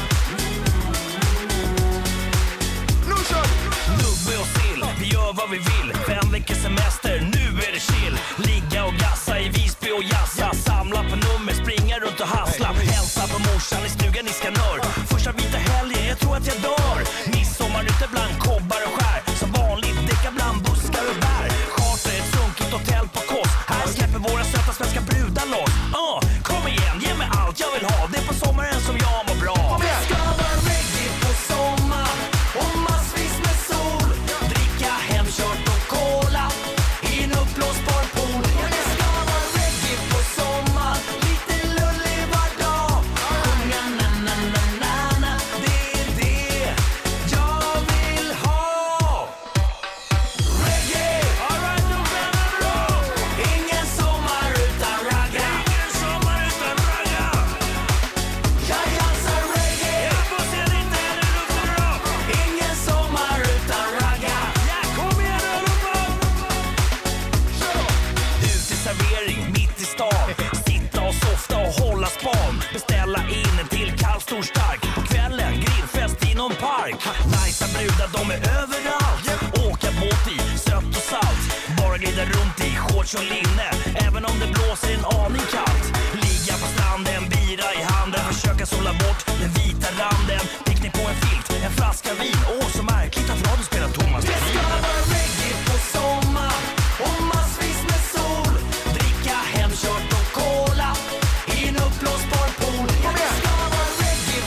Nu kör vi. Nubbe och sill, vi gör vad vi vill. 5 veckors semester, nu är det chill. Ligga och gassa i Visby och jassa. Samla på nummer, springa runt och hassla. Hälsa på morsan i stugan i Skanör. Första vita helgen, jag tror att jag dör. Midsommar ute bland kobbar och skär. Som vanligt däckar bland buskar och bär. Charter ett sunkigt hotell på Kos. Här släpper våra söta svenska brudar loss. Kom igen, ge mig allt jag vill ha. Det är på sommaren som jag mår bra. Det ska vara reggae på sommar. Och massvis med sol. Dricka hemkört och cola. I en uppblåsbar pool. Det ska vara reggae på sommar. Lite lullig var dag. Sjunga na-na-na-na-na. Det är det jag vill ha. Reggae, alright, nu vänner bra. Ingen sommar utan ragga. Ingen sommar utan ragga. Jag dansar reggae. Jag får se lite när det luktar bra. Ingen sommar utan ragga. Ja, kom igen och ropa. Uteservering mitt i stan. Sitta och softa och hålla span. Beställa in en till kall stor stark. På kvällen grillfest i någon park. Najsa brudar, de är överallt. Åka båt i sött och salt. Bara glida runt i shorts och linne. Även om det blåser en aning kallt. Ligga på stranden, bira i handen. Försöka sola bort den vita randen. Picknick på en filt, en flaska vin. Så märkligt att radion spelar Thomas Ledin. Det ska vara reggae på sommar. Och massvis med sol. Dricka hemkört och cola. I en uppblåsbar pool. Det ska vara reggae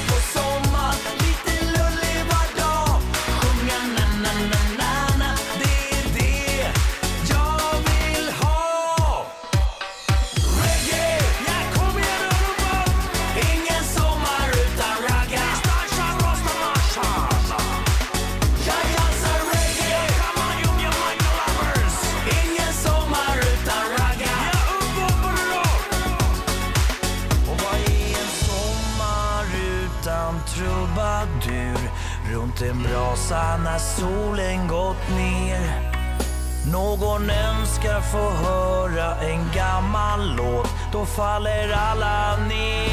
runt en brasa när solen gått ner. Någon önskar få höra en gammal låt, då faller alla ner.